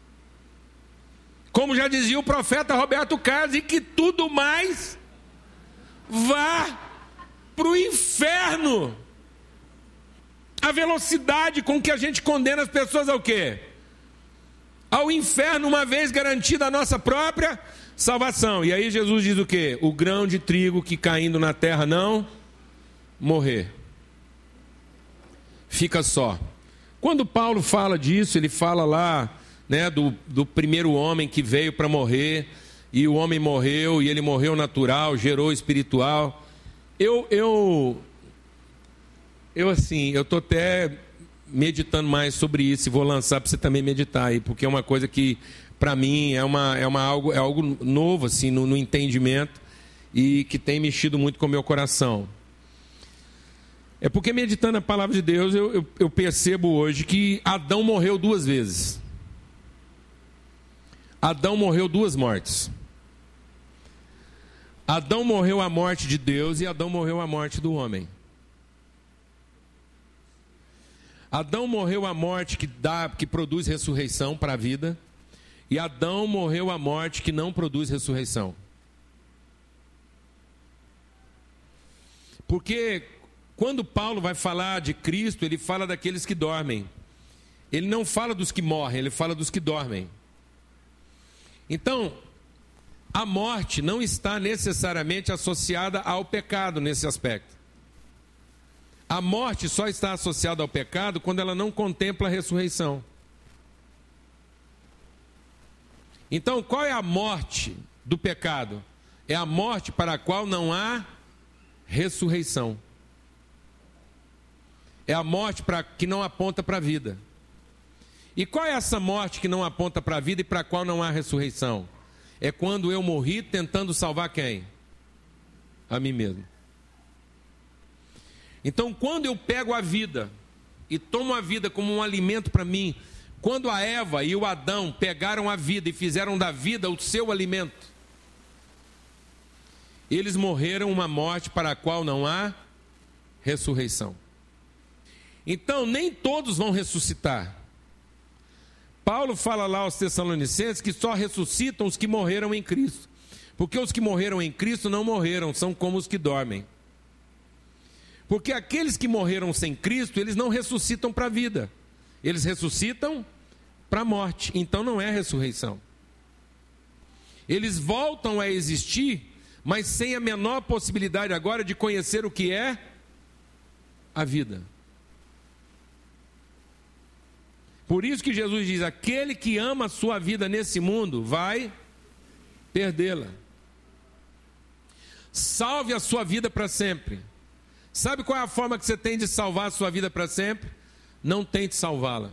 Como já dizia o profeta Roberto Carlos, e que tudo mais vá para o inferno. A velocidade com que a gente condena as pessoas ao quê? Ao inferno, uma vez garantida a nossa própria salvação. E aí Jesus diz o quê? O grão de trigo que caindo na terra não morrer, fica só. Quando Paulo fala disso, ele fala lá, né, do primeiro homem que veio para morrer, e o homem morreu, e ele morreu natural, gerou espiritual. Eu estou até meditando mais sobre isso, e vou lançar para você também meditar aí, porque é uma coisa que para mim é algo novo assim, no entendimento, e que tem mexido muito com o meu coração. É porque meditando a palavra de Deus, eu percebo hoje que Adão morreu 2 vezes. Adão morreu 2 mortes. Adão morreu a morte de Deus e Adão morreu a morte do homem. Adão morreu a morte que produz ressurreição para a vida, e Adão morreu a morte que não produz ressurreição. Porque quando Paulo vai falar de Cristo, ele fala daqueles que dormem. Ele não fala dos que morrem, ele fala dos que dormem. Então, a morte não está necessariamente associada ao pecado nesse aspecto. A morte só está associada ao pecado quando ela não contempla a ressurreição. Então, qual é a morte do pecado? É a morte para a qual não há ressurreição. É a morte que não aponta para a vida. E qual é essa morte que não aponta para a vida e para a qual não há ressurreição? É quando eu morri tentando salvar quem? A mim mesmo. Então, quando eu pego a vida e tomo a vida como um alimento para mim, quando a Eva e o Adão pegaram a vida e fizeram da vida o seu alimento, eles morreram uma morte para a qual não há ressurreição. Então, nem todos vão ressuscitar. Paulo fala lá aos Tessalonicenses que só ressuscitam os que morreram em Cristo. Porque os que morreram em Cristo não morreram, são como os que dormem. Porque aqueles que morreram sem Cristo, eles não ressuscitam para a vida. Eles ressuscitam para a morte. Então não é ressurreição. Eles voltam a existir, mas sem a menor possibilidade agora de conhecer o que é a vida. Por isso que Jesus diz: aquele que ama a sua vida nesse mundo vai perdê-la. Salve a sua vida para sempre. Sabe qual é a forma que você tem de salvar a sua vida para sempre? Não tente salvá-la.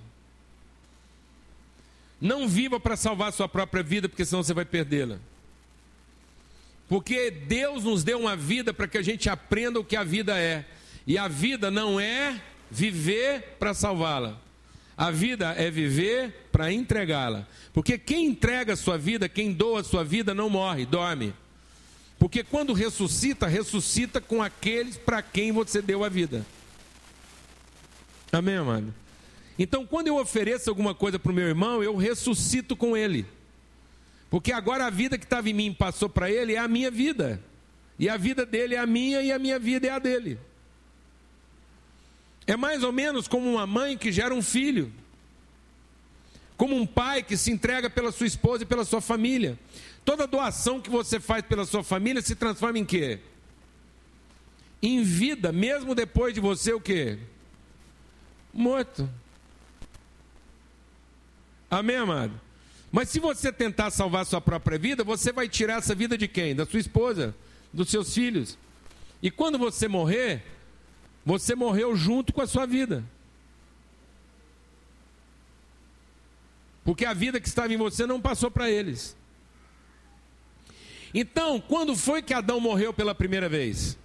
Não viva para salvar a sua própria vida, porque senão você vai perdê-la. Porque Deus nos deu uma vida para que a gente aprenda o que a vida é. E a vida não é viver para salvá-la. A vida é viver para entregá-la. Porque quem entrega a sua vida, quem doa a sua vida, não morre, dorme. Porque quando ressuscita, ressuscita com aqueles para quem você deu a vida. Amém, amado? Então, quando eu ofereço alguma coisa para o meu irmão, eu ressuscito com ele. Porque agora a vida que estava em mim passou para ele, é a minha vida. E a vida dele é a minha e a minha vida é a dele. É mais ou menos como uma mãe que gera um filho. Como um pai que se entrega pela sua esposa e pela sua família. Toda doação que você faz pela sua família se transforma em quê? Em vida, mesmo depois de você o quê? Morto. Amém, amado? Mas se você tentar salvar sua própria vida, você vai tirar essa vida de quem? Da sua esposa, dos seus filhos. E quando você morrer, você morreu junto com a sua vida. Porque a vida que estava em você não passou para eles. Então, quando foi que Adão morreu pela primeira vez?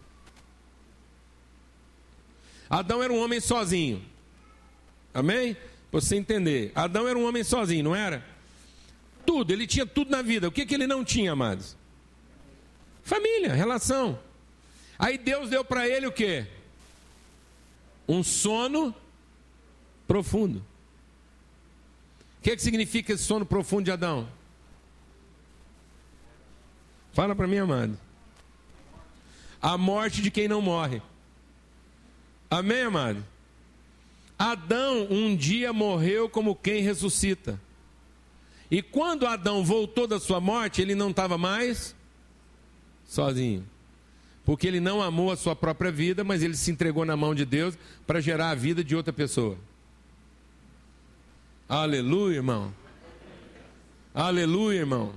Adão era um homem sozinho. Amém? Para você entender. Adão era um homem sozinho, não era? Tudo, ele tinha tudo na vida. O que ele não tinha, amados? Família, relação. Aí Deus deu para ele o quê? Um sono profundo. O que significa esse sono profundo de Adão? Fala para mim, amado. A morte de quem não morre. Amém, amado? Adão um dia morreu como quem ressuscita. E quando Adão voltou da sua morte, ele não estava mais sozinho. Porque ele não amou a sua própria vida, mas ele se entregou na mão de Deus para gerar a vida de outra pessoa. Aleluia, irmão. Aleluia, irmão.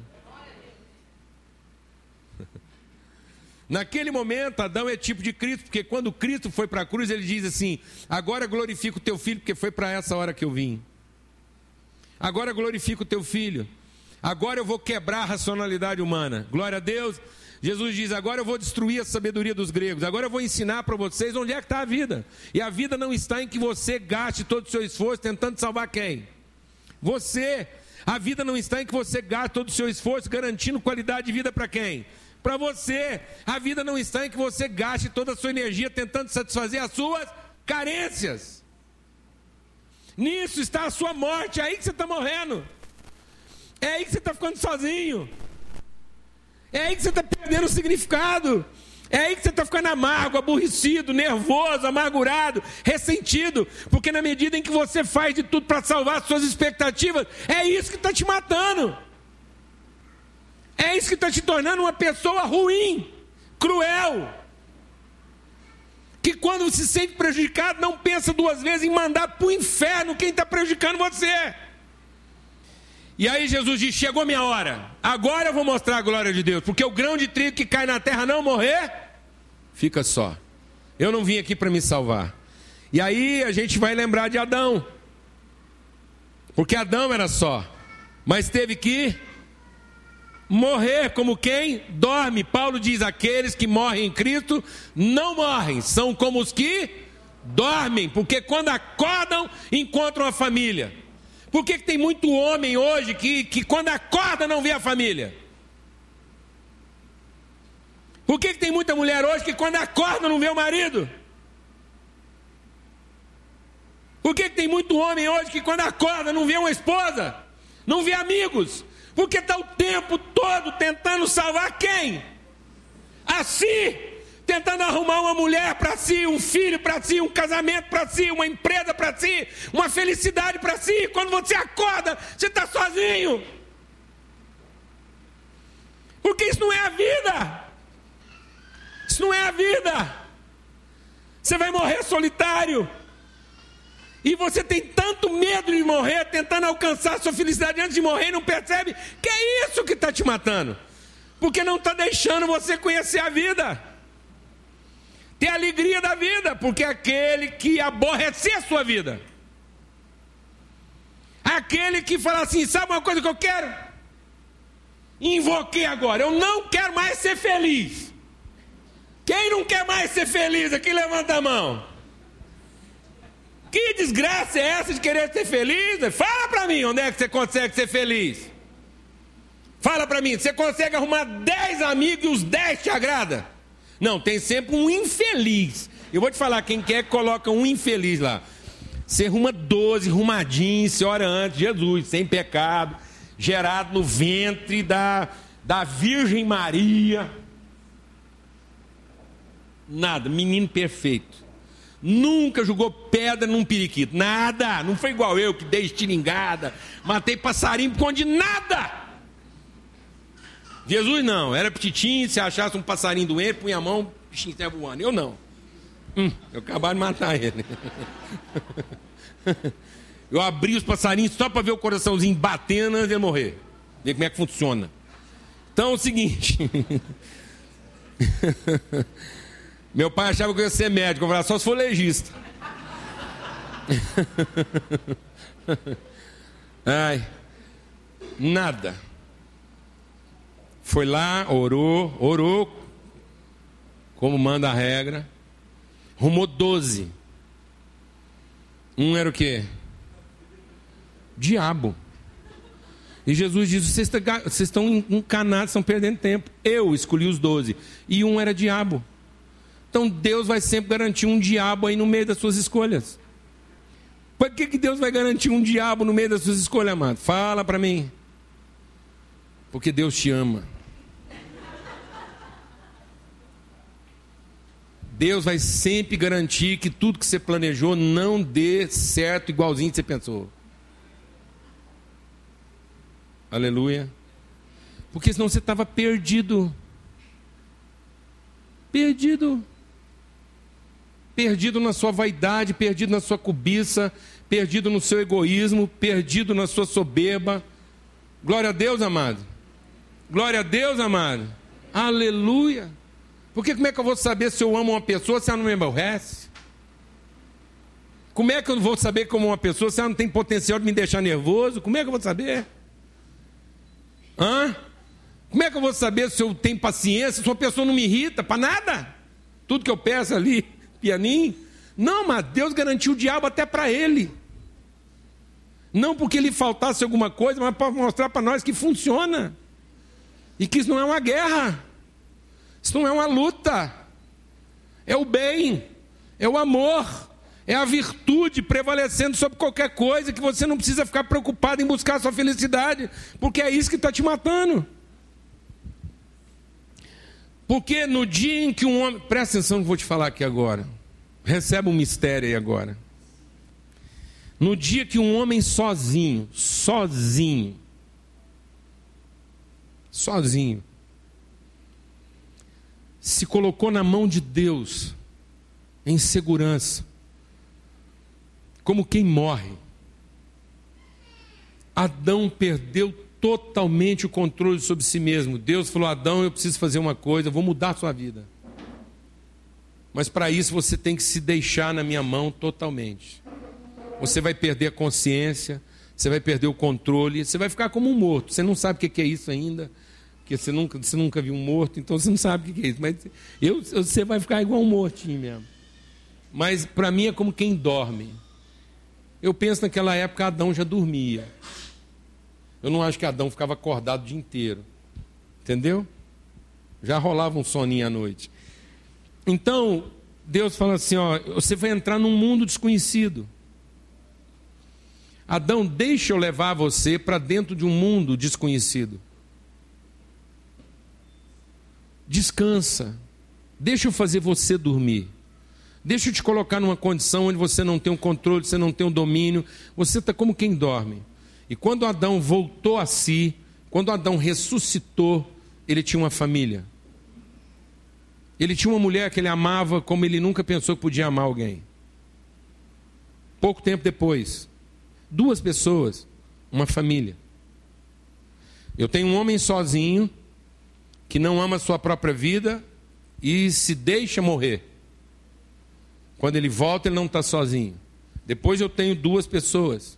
Naquele momento, Adão é tipo de Cristo, porque quando Cristo foi para a cruz, ele diz assim: agora glorifica o teu filho, porque foi para essa hora que eu vim. Agora glorifica o teu filho. Agora eu vou quebrar a racionalidade humana. Glória a Deus. Jesus diz: agora eu vou destruir a sabedoria dos gregos. Agora eu vou ensinar para vocês onde é que está a vida. E a vida não está em que você gaste todo o seu esforço tentando salvar quem? Você. A vida não está em que você gaste todo o seu esforço garantindo qualidade de vida para quem? Para você. A vida não está em que você gaste toda a sua energia tentando satisfazer as suas carências. Nisso está a sua morte. É aí que você está morrendo. É aí que você está ficando sozinho. É aí que você está perdendo o significado. É aí que você está ficando amargo, aborrecido, nervoso, amargurado, ressentido. Porque na medida em que você faz de tudo para salvar as suas expectativas, é isso que está te matando. É isso que está te tornando uma pessoa ruim, cruel. Que quando se sente prejudicado, não pensa duas vezes em mandar para o inferno quem está prejudicando você. E aí Jesus diz: chegou minha hora, agora eu vou mostrar a glória de Deus. Porque o grão de trigo que cai na terra não morrer, fica só. Eu não vim aqui para me salvar. E aí a gente vai lembrar de Adão. Porque Adão era só, mas teve que morrer como quem dorme. Paulo diz: aqueles que morrem em Cristo não morrem, são como os que dormem. Porque quando acordam, encontram a família. Por que tem muito homem hoje que quando acorda não vê a família? Por que tem muita mulher hoje que quando acorda não vê o marido? Por que tem muito homem hoje que quando acorda não vê uma esposa? Não vê amigos? Porque está o tempo todo tentando salvar quem? A si. Tentando arrumar uma mulher para si, um filho para si, um casamento para si, uma empresa para si, uma felicidade para si. Quando você acorda, você está sozinho. Porque isso não é a vida. Isso não é a vida. Você vai morrer solitário. E você tem tanto medo de morrer, tentando alcançar a sua felicidade antes de morrer, e não percebe que é isso que está te matando. Porque não está deixando você conhecer a vida. Ter a alegria da vida, porque é aquele que aborrecer a sua vida. Aquele que fala assim: sabe uma coisa que eu quero? Invoquei agora, eu não quero mais ser feliz. Quem não quer mais ser feliz aqui, levanta a mão. Que desgraça é essa de querer ser feliz? Fala para mim, onde é que você consegue ser feliz? Fala para mim, você consegue arrumar 10 amigos e os 10 te agradam? Não, tem sempre um infeliz. Eu vou te falar, quem quer coloca um infeliz lá. Você arruma 12, arrumadinho, você ora antes, Jesus, sem pecado, gerado no ventre da Virgem Maria. Nada, menino perfeito. Nunca jogou pedra num periquito, nada. Não foi igual eu que dei estiringada, matei passarinho por conta de nada. Jesus não, era petitinho, se achasse um passarinho doente, punha a mão, o bichinho estava voando. Eu não. Eu acabava de matar ele. Eu abri os passarinhos só para ver o coraçãozinho batendo antes de ele morrer. Ver como é que funciona. Então é o seguinte. Meu pai achava que eu ia ser médico. Eu falava, só se for legista. Ai, nada. Foi lá, orou, como manda a regra. Rumou 12. Um era o quê? Diabo. E Jesus diz, vocês estão encanados, estão perdendo tempo. Eu escolhi os 12. E um era diabo. Então Deus vai sempre garantir um diabo aí no meio das suas escolhas. Por que Deus vai garantir um diabo no meio das suas escolhas, amado? Fala para mim. Porque Deus te ama. Deus vai sempre garantir que tudo que você planejou não dê certo igualzinho que você pensou. Aleluia. Porque senão você estava perdido. Perdido na sua vaidade, perdido na sua cobiça, perdido no seu egoísmo, perdido na sua soberba. Glória a Deus, amado. Glória a Deus, amado. Aleluia. Porque como é que eu vou saber se eu amo uma pessoa se ela não me aborrece? Como é que eu vou saber como uma pessoa se ela não tem potencial de me deixar nervoso? Como é que eu vou saber? Como é que eu vou saber se eu tenho paciência, se uma pessoa não me irrita para nada? Tudo que eu peço ali, pianinho. Não, mas Deus garantiu o diabo até para ele. Não porque lhe faltasse alguma coisa, mas para mostrar para nós que funciona. E que isso não é uma guerra. Isso não é uma luta. É o bem, é o amor, é a virtude prevalecendo sobre qualquer coisa, que você não precisa ficar preocupado em buscar a sua felicidade, porque é isso que está te matando. Porque no dia em que um homem... Presta atenção no que eu vou te falar aqui agora. Recebe um mistério aí agora. No dia que um homem sozinho, se colocou na mão de Deus, em segurança, como quem morre, Adão perdeu totalmente o controle sobre si mesmo. Deus falou, Adão, eu preciso fazer uma coisa, eu vou mudar a sua vida. Mas para isso você tem que se deixar na minha mão totalmente. Você vai perder a consciência, você vai perder o controle, você vai ficar como um morto. Você não sabe o que é isso ainda, porque você nunca viu um morto, então você não sabe o que é isso. Mas você vai ficar igual um mortinho mesmo. Mas para mim é como quem dorme. Eu penso naquela época Adão já dormia. Eu não acho que Adão ficava acordado o dia inteiro. Entendeu? Já rolava um soninho à noite. Então, Deus fala assim, você vai entrar num mundo desconhecido. Adão, deixa eu levar você para dentro de um mundo desconhecido. Descansa. Deixa eu fazer você dormir. Deixa eu te colocar numa condição onde você não tem um controle, você não tem um domínio. Você está como quem dorme. E quando Adão voltou a si, quando Adão ressuscitou, ele tinha uma família. Ele tinha uma mulher que ele amava como ele nunca pensou que podia amar alguém. Pouco tempo depois, 2 pessoas, uma família. Eu tenho um homem sozinho, que não ama a sua própria vida e se deixa morrer. Quando ele volta, ele não está sozinho. Depois eu tenho 2 pessoas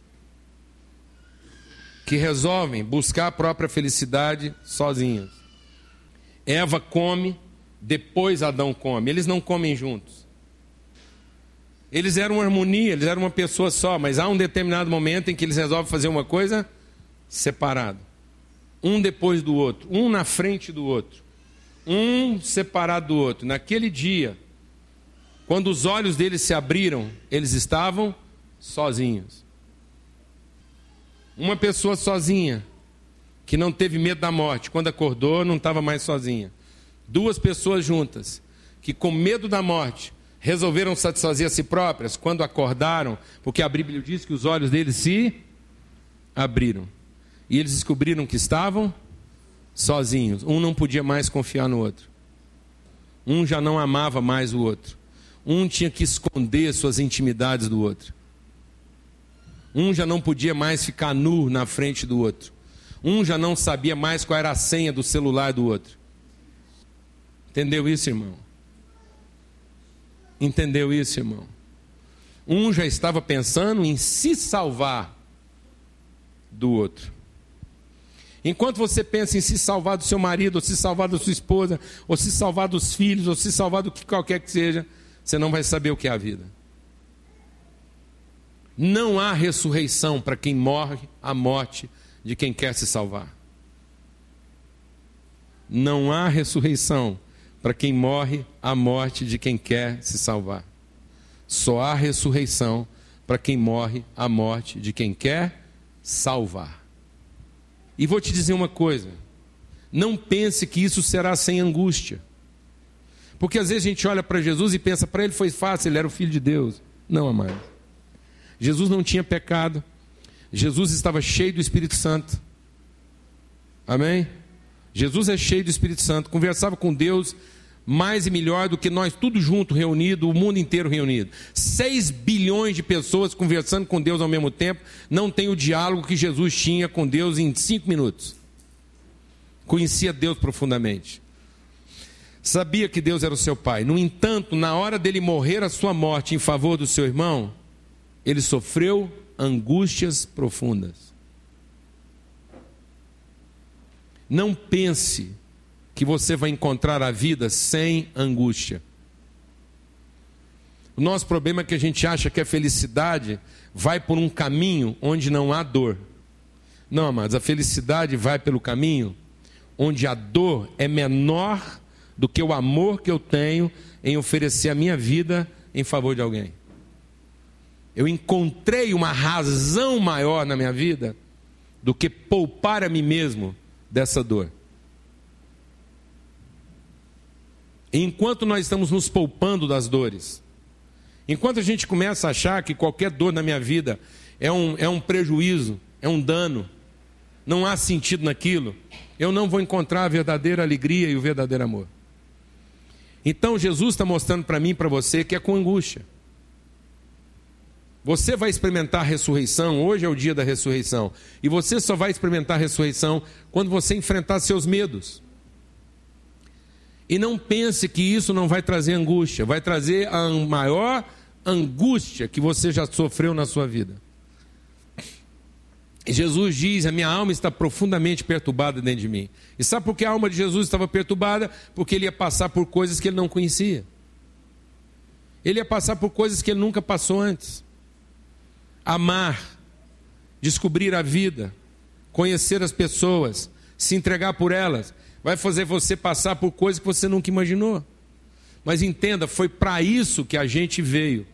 que resolvem buscar a própria felicidade sozinhas. Eva come, depois Adão come. Eles não comem juntos. Eles eram uma harmonia, eles eram uma pessoa só, mas há um determinado momento em que eles resolvem fazer uma coisa separado. Um depois do outro, um na frente do outro. Um separado do outro. Naquele dia, quando os olhos deles se abriram, eles estavam sozinhos. Uma pessoa sozinha que não teve medo da morte, quando acordou não estava mais sozinha. 2 pessoas juntas, que com medo da morte, resolveram satisfazer a si próprias, quando acordaram, porque a Bíblia diz que os olhos deles se abriram. E eles descobriram que estavam sozinhos. Um não podia mais confiar no outro. Um já não amava mais o outro. Um tinha que esconder suas intimidades do outro. Um já não podia mais ficar nu na frente do outro. Um já não sabia mais qual era a senha do celular do outro. Entendeu isso, irmão? Entendeu isso, irmão? Um já estava pensando em se salvar do outro. Enquanto você pensa em se salvar do seu marido, ou se salvar da sua esposa, ou se salvar dos filhos, ou se salvar do que qualquer que seja, você não vai saber o que é a vida. Não há ressurreição para quem morre a morte de quem quer se salvar. Não há ressurreição para quem morre a morte de quem quer se salvar. Só há ressurreição para quem morre a morte de quem quer salvar. E vou te dizer uma coisa, não pense que isso será sem angústia. Porque às vezes a gente olha para Jesus e pensa, para ele foi fácil, ele era o Filho de Deus. Não, amado. Jesus não tinha pecado. Jesus estava cheio do Espírito Santo. Amém? Jesus é cheio do Espírito Santo, conversava com Deus mais e melhor do que nós, tudo junto, reunido, o mundo inteiro reunido. 6 bilhões de pessoas conversando com Deus ao mesmo tempo, não tem o diálogo que Jesus tinha com Deus em 5 minutos. Conhecia Deus profundamente. Sabia que Deus era o seu Pai. No entanto, na hora dele morrer a sua morte em favor do seu irmão, ele sofreu angústias profundas. Não pense que você vai encontrar a vida sem angústia. O nosso problema é que a gente acha que a felicidade vai por um caminho onde não há dor. Não, amados, a felicidade vai pelo caminho onde a dor é menor do que o amor que eu tenho em oferecer a minha vida em favor de alguém. Eu encontrei uma razão maior na minha vida do que poupar a mim mesmo dessa dor. Enquanto nós estamos nos poupando das dores, enquanto a gente começa a achar que qualquer dor na minha vida é um prejuízo, é um dano, não há sentido naquilo, eu não vou encontrar a verdadeira alegria e o verdadeiro amor. Então Jesus está mostrando para mim e para você que é com angústia. Você vai experimentar a ressurreição, hoje é o dia da ressurreição, e você só vai experimentar a ressurreição quando você enfrentar seus medos. E não pense que isso não vai trazer angústia, vai trazer a maior angústia que você já sofreu na sua vida. E Jesus diz, a minha alma está profundamente perturbada dentro de mim. E sabe por que a alma de Jesus estava perturbada? Porque ele ia passar por coisas que ele não conhecia. Ele ia passar por coisas que ele nunca passou antes. Amar, descobrir a vida, conhecer as pessoas, se entregar por elas, vai fazer você passar por coisas que você nunca imaginou. Mas entenda, foi para isso que a gente veio.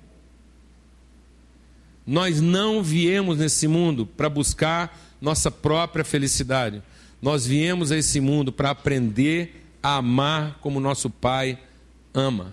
Nós não viemos nesse mundo para buscar nossa própria felicidade. Nós viemos a esse mundo para aprender a amar como nosso Pai ama.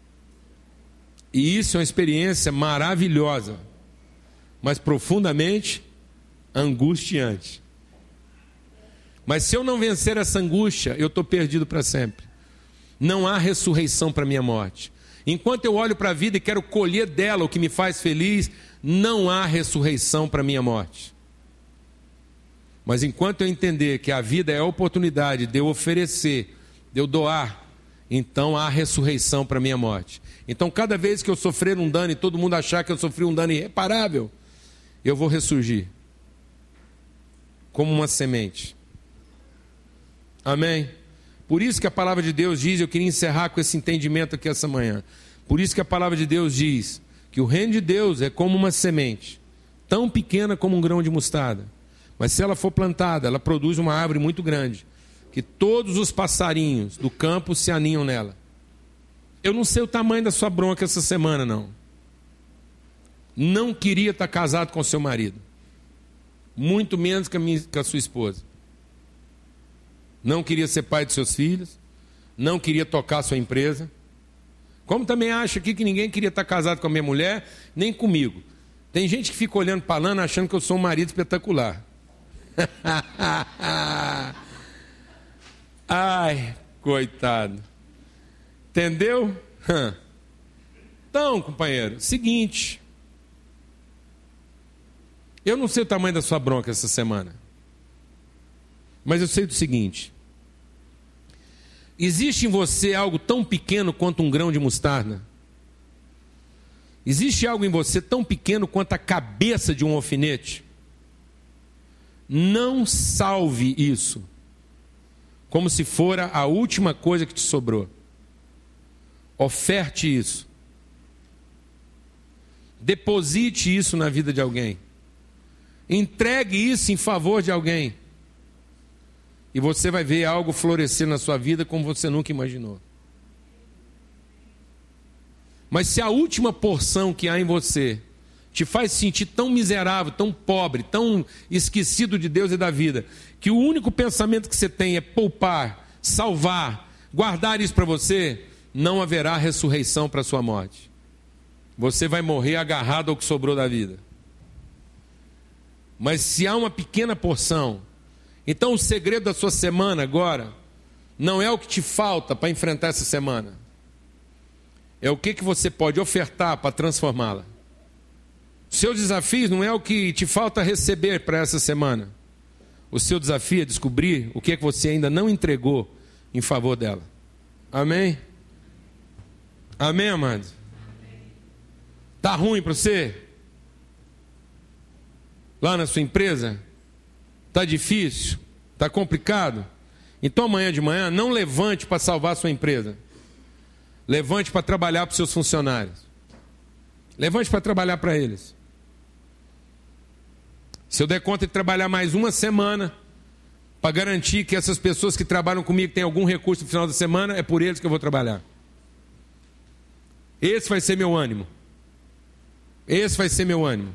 E isso é uma experiência maravilhosa, mas profundamente angustiante. Mas se eu não vencer essa angústia, eu estou perdido para sempre. Não há ressurreição para a minha morte. Enquanto eu olho para a vida e quero colher dela o que me faz feliz, não há ressurreição para a minha morte. Mas enquanto eu entender que a vida é a oportunidade de eu oferecer, de eu doar, então há ressurreição para a minha morte. Então cada vez que eu sofrer um dano e todo mundo achar que eu sofri um dano irreparável, eu vou ressurgir como uma semente. Amém? Por isso que a palavra de Deus diz, eu queria encerrar com esse entendimento aqui essa manhã. Por isso que a palavra de Deus diz que o reino de Deus é como uma semente, tão pequena como um grão de mostarda. Mas se ela for plantada, ela produz uma árvore muito grande, que todos os passarinhos do campo se aninham nela. Eu não sei o tamanho da sua bronca essa semana, não. Não queria estar casado com seu marido. Muito menos que a sua esposa. não queria ser pai de seus filhos, não queria tocar sua empresa. Como também acha aqui que ninguém queria estar casado com a minha mulher, nem comigo. Tem gente que fica olhando para a Lana achando que eu sou um marido espetacular. Ai, coitado. Entendeu? Então, companheiro, seguinte. Eu não sei o tamanho da sua bronca essa semana. Mas eu sei do seguinte. Existe em você algo tão pequeno quanto um grão de mostarda? Existe algo em você tão pequeno quanto a cabeça de um alfinete? Não salve isso como se fora a última coisa que te sobrou. Oferte isso. Deposite isso na vida de alguém. Entregue isso em favor de alguém. E você vai ver algo florescer na sua vida como você nunca imaginou. Mas se a última porção que há em você te faz sentir tão miserável, tão pobre, tão esquecido de Deus e da vida, que o único pensamento que você tem é poupar, salvar, guardar isso para você, não haverá ressurreição para a sua morte. Você vai morrer agarrado ao que sobrou da vida. Mas se há uma pequena porção, então o segredo da sua semana agora não é o que te falta para enfrentar essa semana. É o que você pode ofertar para transformá-la. Seus desafios não é o que te falta receber para essa semana. O seu desafio é descobrir o que você ainda não entregou em favor dela. Amém? Amém, amado? Está ruim para você? Lá na sua empresa? Está difícil? Está complicado? Então amanhã de manhã não levante para salvar a sua empresa. Levante para trabalhar para os seus funcionários. Levante para trabalhar para eles. Se eu der conta de trabalhar mais uma semana, para garantir que essas pessoas que trabalham comigo têm algum recurso no final da semana, é por eles que eu vou trabalhar. Esse vai ser meu ânimo. Esse vai ser meu ânimo.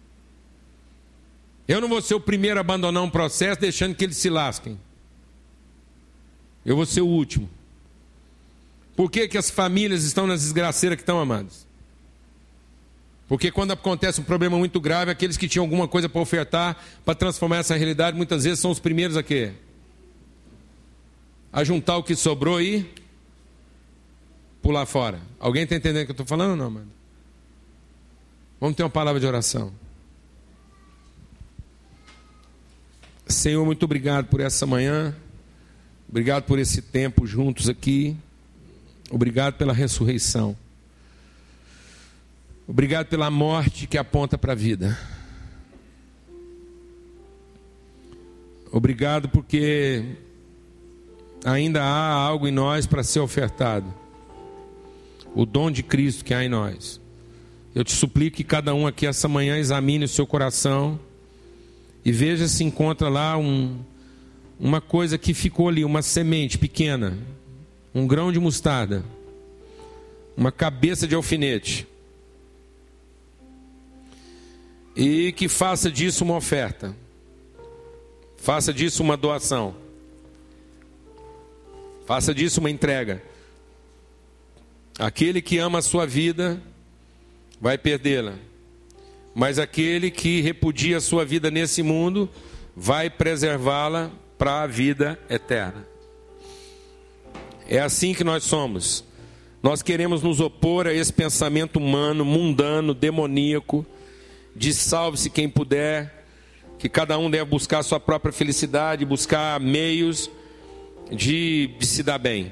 Eu não vou ser o primeiro a abandonar um processo deixando que eles se lasquem. Eu vou ser o último. Por que as famílias estão nas desgraceiras que estão, amados? Porque quando acontece um problema muito grave, aqueles que tinham alguma coisa para ofertar, para transformar essa realidade, muitas vezes são os primeiros a quê? A juntar o que sobrou e pular fora. Alguém está entendendo o que eu estou falando ou não, amado? Vamos ter uma palavra de oração. Senhor, muito obrigado por essa manhã. Obrigado por esse tempo juntos aqui. Obrigado pela ressurreição. Obrigado pela morte que aponta para a vida. Obrigado porque ainda há algo em nós para ser ofertado. O dom de Cristo que há em nós. Eu te suplico que cada um aqui essa manhã examine o seu coração e veja se encontra lá uma coisa que ficou ali, uma semente pequena, um grão de mostarda, uma cabeça de alfinete. E que faça disso uma oferta. Faça disso uma doação. Faça disso uma entrega. Aquele que ama a sua vida vai perdê-la. Mas aquele que repudia a sua vida nesse mundo vai preservá-la para a vida eterna. É assim que nós somos. Nós queremos nos opor a esse pensamento humano, mundano, demoníaco, de salve-se quem puder, que cada um deve buscar a sua própria felicidade, buscar meios de se dar bem.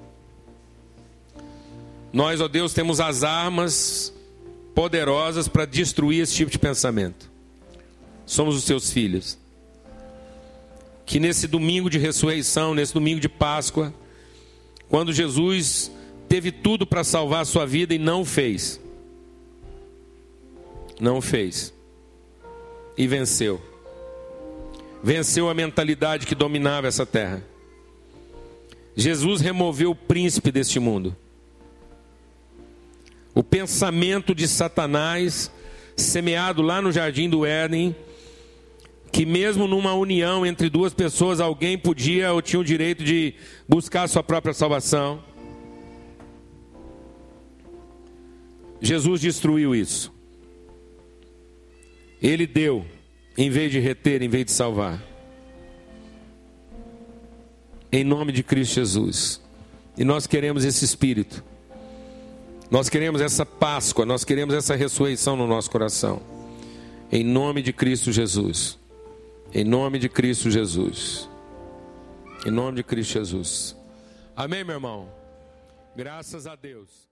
Nós, ó Deus, temos as armas poderosas para destruir esse tipo de pensamento. Somos os teus filhos. Que nesse domingo de ressurreição, nesse domingo de Páscoa, quando Jesus teve tudo para salvar a sua vida e não fez. Não fez. E venceu. Venceu a mentalidade que dominava essa terra. Jesus removeu o príncipe deste mundo. O pensamento de Satanás, semeado lá no jardim do Éden, que mesmo numa união entre duas pessoas, alguém podia ou tinha o direito de buscar a sua própria salvação. Jesus destruiu isso. Ele deu, em vez de reter, em vez de salvar. Em nome de Cristo Jesus. E nós queremos esse Espírito. Nós queremos essa Páscoa, nós queremos essa ressurreição no nosso coração. Em nome de Cristo Jesus. Em nome de Cristo Jesus. Em nome de Cristo Jesus. Amém, meu irmão? Graças a Deus.